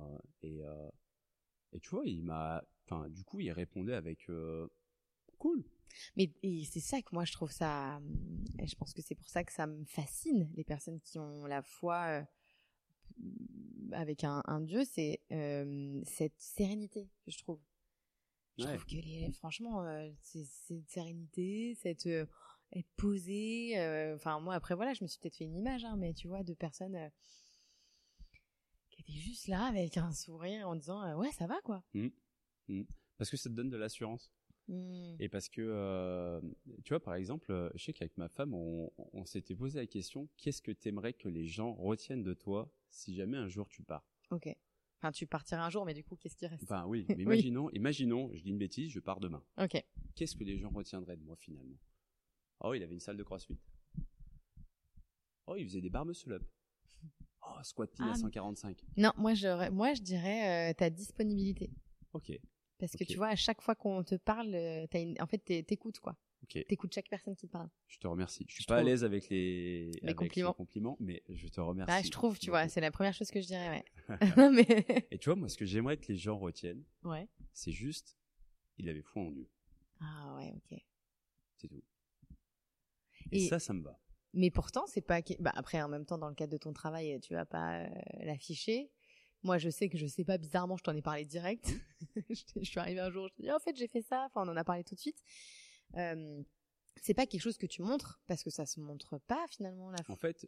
tu vois, du coup, il répondait avec, cool. Mais c'est ça que moi, je trouve ça, et je pense que c'est pour ça que ça me fascine, les personnes qui ont la foi, avec un Dieu, c'est, cette sérénité que je trouve. Je trouve que franchement, cette sérénité, être posé. Enfin, moi, après, voilà, je me suis peut-être fait une image, hein, mais tu vois, de personnes qui étaient juste là avec un sourire en disant ouais, ça va, quoi. Parce que ça te donne de l'assurance. Mmh. Et parce que, tu vois, par exemple, je sais qu'avec ma femme, on s'était posé la question, qu'est-ce que t'aimerais que les gens retiennent de toi si jamais un jour tu pars? Ok. Enfin, tu partiras un jour, mais du coup, qu'est-ce qui reste? Enfin, oui, mais Oui. imaginons, je dis une bêtise, je pars demain. Ok. Qu'est-ce que les gens retiendraient de moi finalement? Oh, il avait une salle de crossfit. Oh, il faisait des barres muscle-up. Oh, squat-till à 145. Non, moi, je dirais ta disponibilité. Ok. Parce que tu vois, à chaque fois qu'on te parle, en fait, t'écoutes, quoi. Ok. T'écoutes chaque personne qui te parle. Je te remercie. Je suis pas à l'aise avec les compliments, mais je te remercie. Ah, je trouve, tu vois, c'est la première chose que je dirais, ouais. Mais... Et tu vois, moi, ce que j'aimerais que les gens retiennent, ouais. c'est juste, il avait foi en Dieu. Ah ouais, ok. C'est tout. Et ça me va. Mais pourtant, c'est pas... Bah, après, en même temps, dans le cadre de ton travail, tu vas pas l'afficher. Moi, je sais pas, bizarrement, je t'en ai parlé direct. Je suis arrivée un jour, je te dis, en fait, j'ai fait ça. Enfin, on en a parlé tout de suite. C'est pas quelque chose que tu montres, parce que ça se montre pas, finalement, la foi. En fait,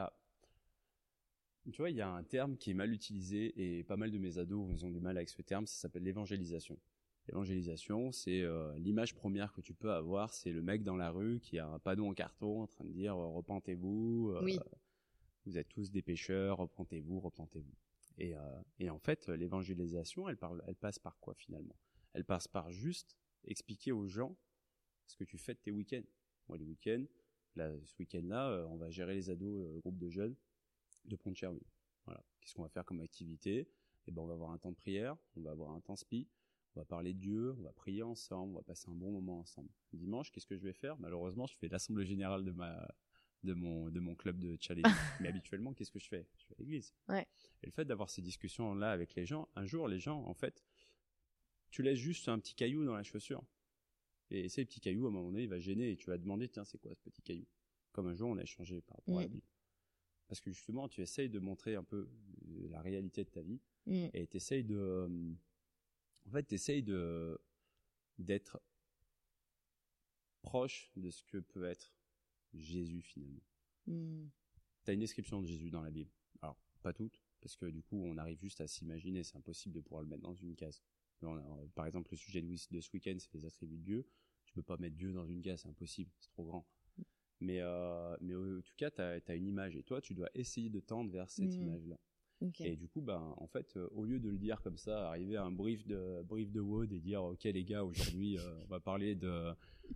tu vois, il y a un terme qui est mal utilisé, et pas mal de mes ados ont du mal avec ce terme, ça s'appelle l'évangélisation. L'évangélisation, c'est l'image première que tu peux avoir, c'est le mec dans la rue qui a un panneau en carton en train de dire repentez-vous, oui. Vous êtes tous des pécheurs, repentez-vous, repentez-vous. Et en fait, l'évangélisation, elle passe par quoi finalement? Elle passe par juste expliquer aux gens ce que tu fais de tes week-ends. Moi, les week-ends, là, ce week-end-là, on va gérer les ados, groupe de jeunes de Pont-de-Cherville. Voilà. Qu'est-ce qu'on va faire comme activité? Eh ben, on va avoir un temps de prière, on va avoir un temps spi, on va parler de Dieu, on va prier ensemble, on va passer un bon moment ensemble. Dimanche, qu'est-ce que je vais faire? Malheureusement, je fais l'assemblée générale de mon club de challenge. Mais habituellement, qu'est-ce que je fais? Je vais à l'église. Ouais. Et le fait d'avoir ces discussions-là avec les gens, un jour, les gens, en fait, tu laisses juste un petit caillou dans la chaussure. Et ces petits cailloux, à un moment donné, il va gêner et tu vas te demander, tiens, c'est quoi ce petit caillou? Comme un jour, on a échangé par rapport à la Bible. Parce que justement, tu essayes de montrer un peu la réalité de ta vie et tu essayes d'être proche de ce que peut être Jésus finalement. Tu as une description de Jésus dans la Bible. Alors, pas toute, parce que du coup, on arrive juste à s'imaginer, c'est impossible de pouvoir le mettre dans une case. Par exemple, le sujet de ce week-end, c'est les attributs de Dieu. Tu peux pas mettre Dieu dans une case, c'est impossible, c'est trop grand. Mais en tout cas, tu as une image et toi, tu dois essayer de tendre vers cette image-là. Okay. Et du coup, en fait, au lieu de le dire comme ça, arriver à un brief de Wood et dire, ok les gars, aujourd'hui, on va parler de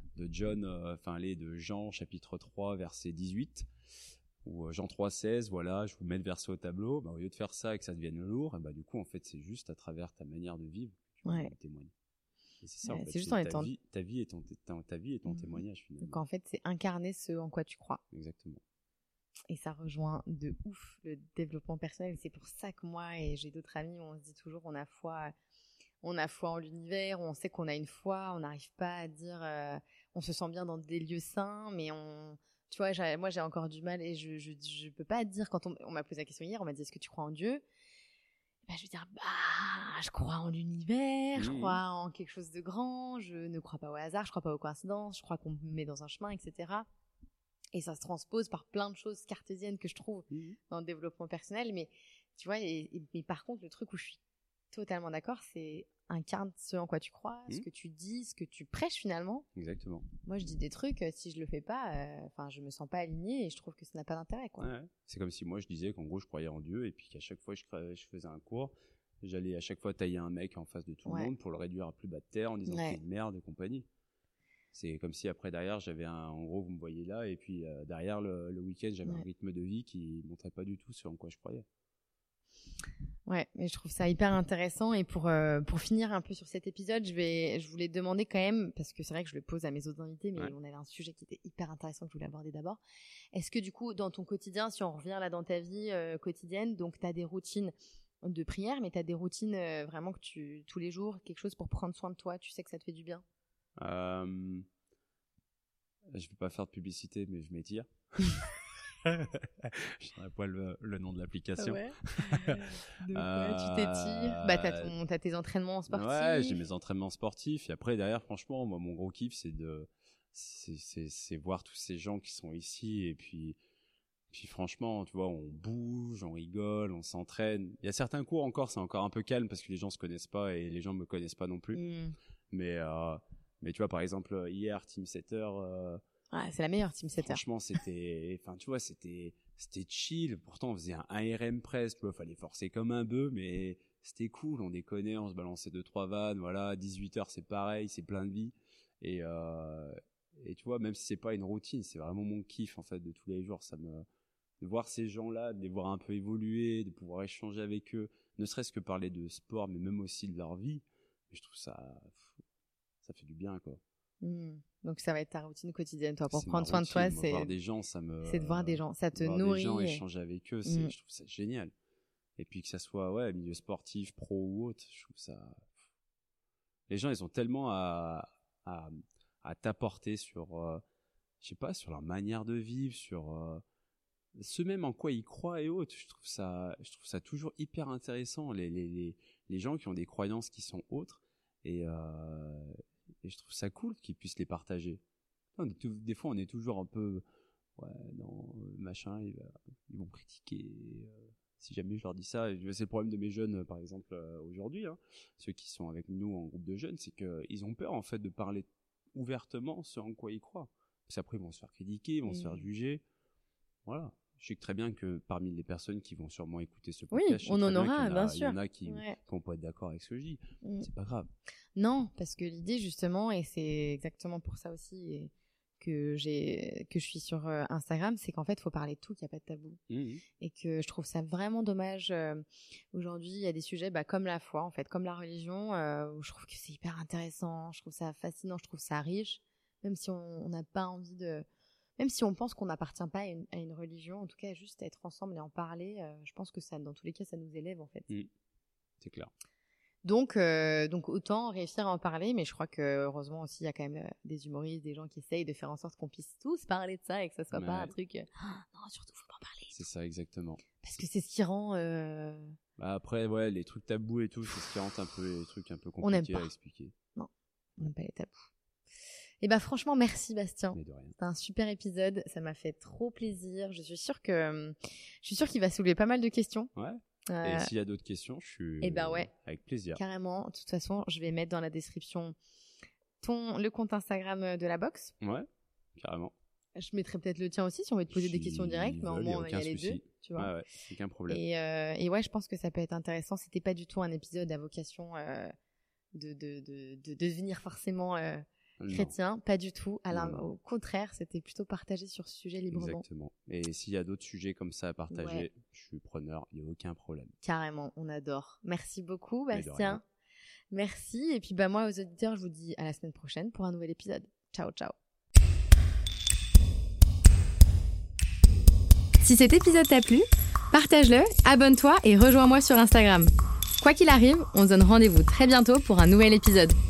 Jean chapitre 3 verset 18 ou Jean 3 16, voilà, je vous mets le verset au tableau. Au lieu de faire ça et que ça devienne lourd, et du coup, en fait, c'est juste à travers ta manière de vivre que tu vas témoigner. Et c'est ça, en fait, juste en étant... ta vie est ton témoignage finalement. Donc en fait, c'est incarner ce en quoi tu crois. Exactement. Et ça rejoint de ouf le développement personnel. C'est pour ça que moi et j'ai d'autres amis, on se dit toujours on a foi en l'univers, on sait qu'on a une foi, on n'arrive pas à dire on se sent bien dans des lieux saints, mais tu vois, moi j'ai encore du mal et je peux pas dire, quand on m'a posé la question hier, on m'a dit est-ce que tu crois en Dieu? Je vais dire je crois en l'univers, je crois en quelque chose de grand, je ne crois pas au hasard, je crois pas aux coïncidences, je crois qu'on me met dans un chemin, etc. Et ça se transpose par plein de choses cartésiennes que je trouve dans le développement personnel. Mais tu vois, mais par contre, le truc où je suis totalement d'accord, c'est incarne ce en quoi tu crois, ce que tu dis, ce que tu prêches finalement. Exactement. Moi, je dis des trucs, si je le fais pas, je me sens pas alignée et je trouve que ça n'a pas d'intérêt, quoi. Ouais. C'est comme si moi je disais qu'en gros je croyais en Dieu et puis qu'à chaque fois je faisais un cours, j'allais à chaque fois tailler un mec en face de tout le monde pour le réduire à plus bas de terre en disant qu'il est une merde et compagnie. C'est comme si après derrière j'avais en gros vous me voyez là et puis derrière le week-end j'avais un rythme de vie qui montrait pas du tout ce en quoi je croyais. Ouais, mais je trouve ça hyper intéressant et pour finir un peu sur cet épisode, je voulais te demander quand même, parce que c'est vrai que je le pose à mes autres invités, mais on avait un sujet qui était hyper intéressant que je voulais aborder d'abord. Est-ce que du coup dans ton quotidien, si on revient là dans ta vie quotidienne, donc tu as des routines de prière, mais tu as des routines vraiment que tous les jours, quelque chose pour prendre soin de toi, tu sais que ça te fait du bien? Je vais pas faire de publicité, mais je m'étire. Je ne saurais pas le nom de l'application. Ouais. De quoi tu t'étires? T'as tes entraînements sportifs. Ouais, j'ai mes entraînements sportifs. Et après, derrière, franchement, moi, mon gros kiff, c'est de c'est voir tous ces gens qui sont ici et puis franchement, tu vois, on bouge, on rigole, on s'entraîne. Il y a certains cours encore, c'est encore un peu calme parce que les gens se connaissent pas et les gens me connaissent pas non plus. Mais tu vois, par exemple, hier, Team Setter. C'est la meilleure Team Setter. Franchement, c'était chill. Pourtant, on faisait un RM press, tu vois, fallait forcer comme un bœuf, mais c'était cool. On déconnait, on se balançait 2-3 vannes. Voilà, 18h, c'est pareil, c'est plein de vie. Et tu vois, même si c'est pas une routine, c'est vraiment mon kiff en fait de tous les jours. De voir ces gens-là, de les voir un peu évoluer, de pouvoir échanger avec eux, ne serait-ce que parler de sport, mais même aussi de leur vie. Je trouve ça fait du bien, quoi. Donc ça va être ta routine quotidienne, toi, pour prendre soin de toi. C'est voir des gens, c'est de voir des gens, ça te nourrit. Voir des gens, échanger avec eux, je trouve ça génial. Et puis que ça soit milieu sportif, pro ou autre, je trouve ça. Les gens, ils ont tellement à t'apporter sur, je sais pas, sur leur manière de vivre, sur ce même en quoi ils croient et autres. Je trouve ça toujours hyper intéressant, les gens qui ont des croyances qui sont autres et je trouve ça cool qu'ils puissent les partager. Des fois on est toujours un peu machin, ils vont me critiquer si jamais je leur dis ça. C'est le problème de mes jeunes par exemple aujourd'hui, ceux qui sont avec nous en groupe de jeunes, c'est qu'ils ont peur en fait de parler ouvertement ce en quoi ils croient. Parce qu'après ils vont se faire critiquer, ils vont se faire juger. Voilà. Je sais très bien que parmi les personnes qui vont sûrement écouter ce podcast, on en aura, bien sûr. Il y en a qui vont pas être d'accord avec ce que je dis. C'est pas grave. Non, parce que l'idée justement, et c'est exactement pour ça aussi que je suis sur Instagram, c'est qu'en fait, il faut parler de tout, qu'il n'y a pas de tabou. Et que je trouve ça vraiment dommage. Aujourd'hui, il y a des sujets comme la foi, en fait, comme la religion, où je trouve que c'est hyper intéressant, je trouve ça fascinant, je trouve ça riche, même si on n'a pas envie de... Même si on pense qu'on n'appartient pas à une religion, en tout cas, juste être ensemble et en parler, je pense que ça, dans tous les cas, ça nous élève, en fait. C'est clair. Donc autant réussir à en parler, mais je crois que heureusement aussi, il y a quand même des humoristes, des gens qui essayent de faire en sorte qu'on puisse tous parler de ça et que ça soit pas un truc... non, surtout, faut pas en parler. C'est ça, exactement. Parce que c'est ce qui rend... après, les trucs tabous et tout, c'est ce qui rend un peu les trucs un peu compliqués à expliquer. Non, on n'aime pas les tabous. Et franchement, merci Bastien. Mais de rien. C'était un super épisode, ça m'a fait trop plaisir. Je suis sûre qu'il va soulever pas mal de questions. Ouais. Et s'il y a d'autres questions, je suis avec plaisir. Carrément. De toute façon, je vais mettre dans la description le compte Instagram de la boxe. Ouais, carrément. Je mettrai peut-être le tien aussi si on veut te poser des questions directes, mais au moins il y a les deux, tu vois. Ouais, aucun problème. Et ouais, je pense que ça peut être intéressant. C'était pas du tout un épisode à vocation de devenir forcément chrétien, pas du tout. Au contraire, c'était plutôt partagé sur ce sujet librement. Exactement. Et s'il y a d'autres sujets comme ça à partager, je suis preneur, il n'y a aucun problème. Carrément, on adore. Merci beaucoup, Bastien. Merci. Et puis moi, aux auditeurs, je vous dis à la semaine prochaine pour un nouvel épisode. Ciao, ciao. Si cet épisode t'a plu, partage-le, abonne-toi et rejoins-moi sur Instagram. Quoi qu'il arrive, on se donne rendez-vous très bientôt pour un nouvel épisode.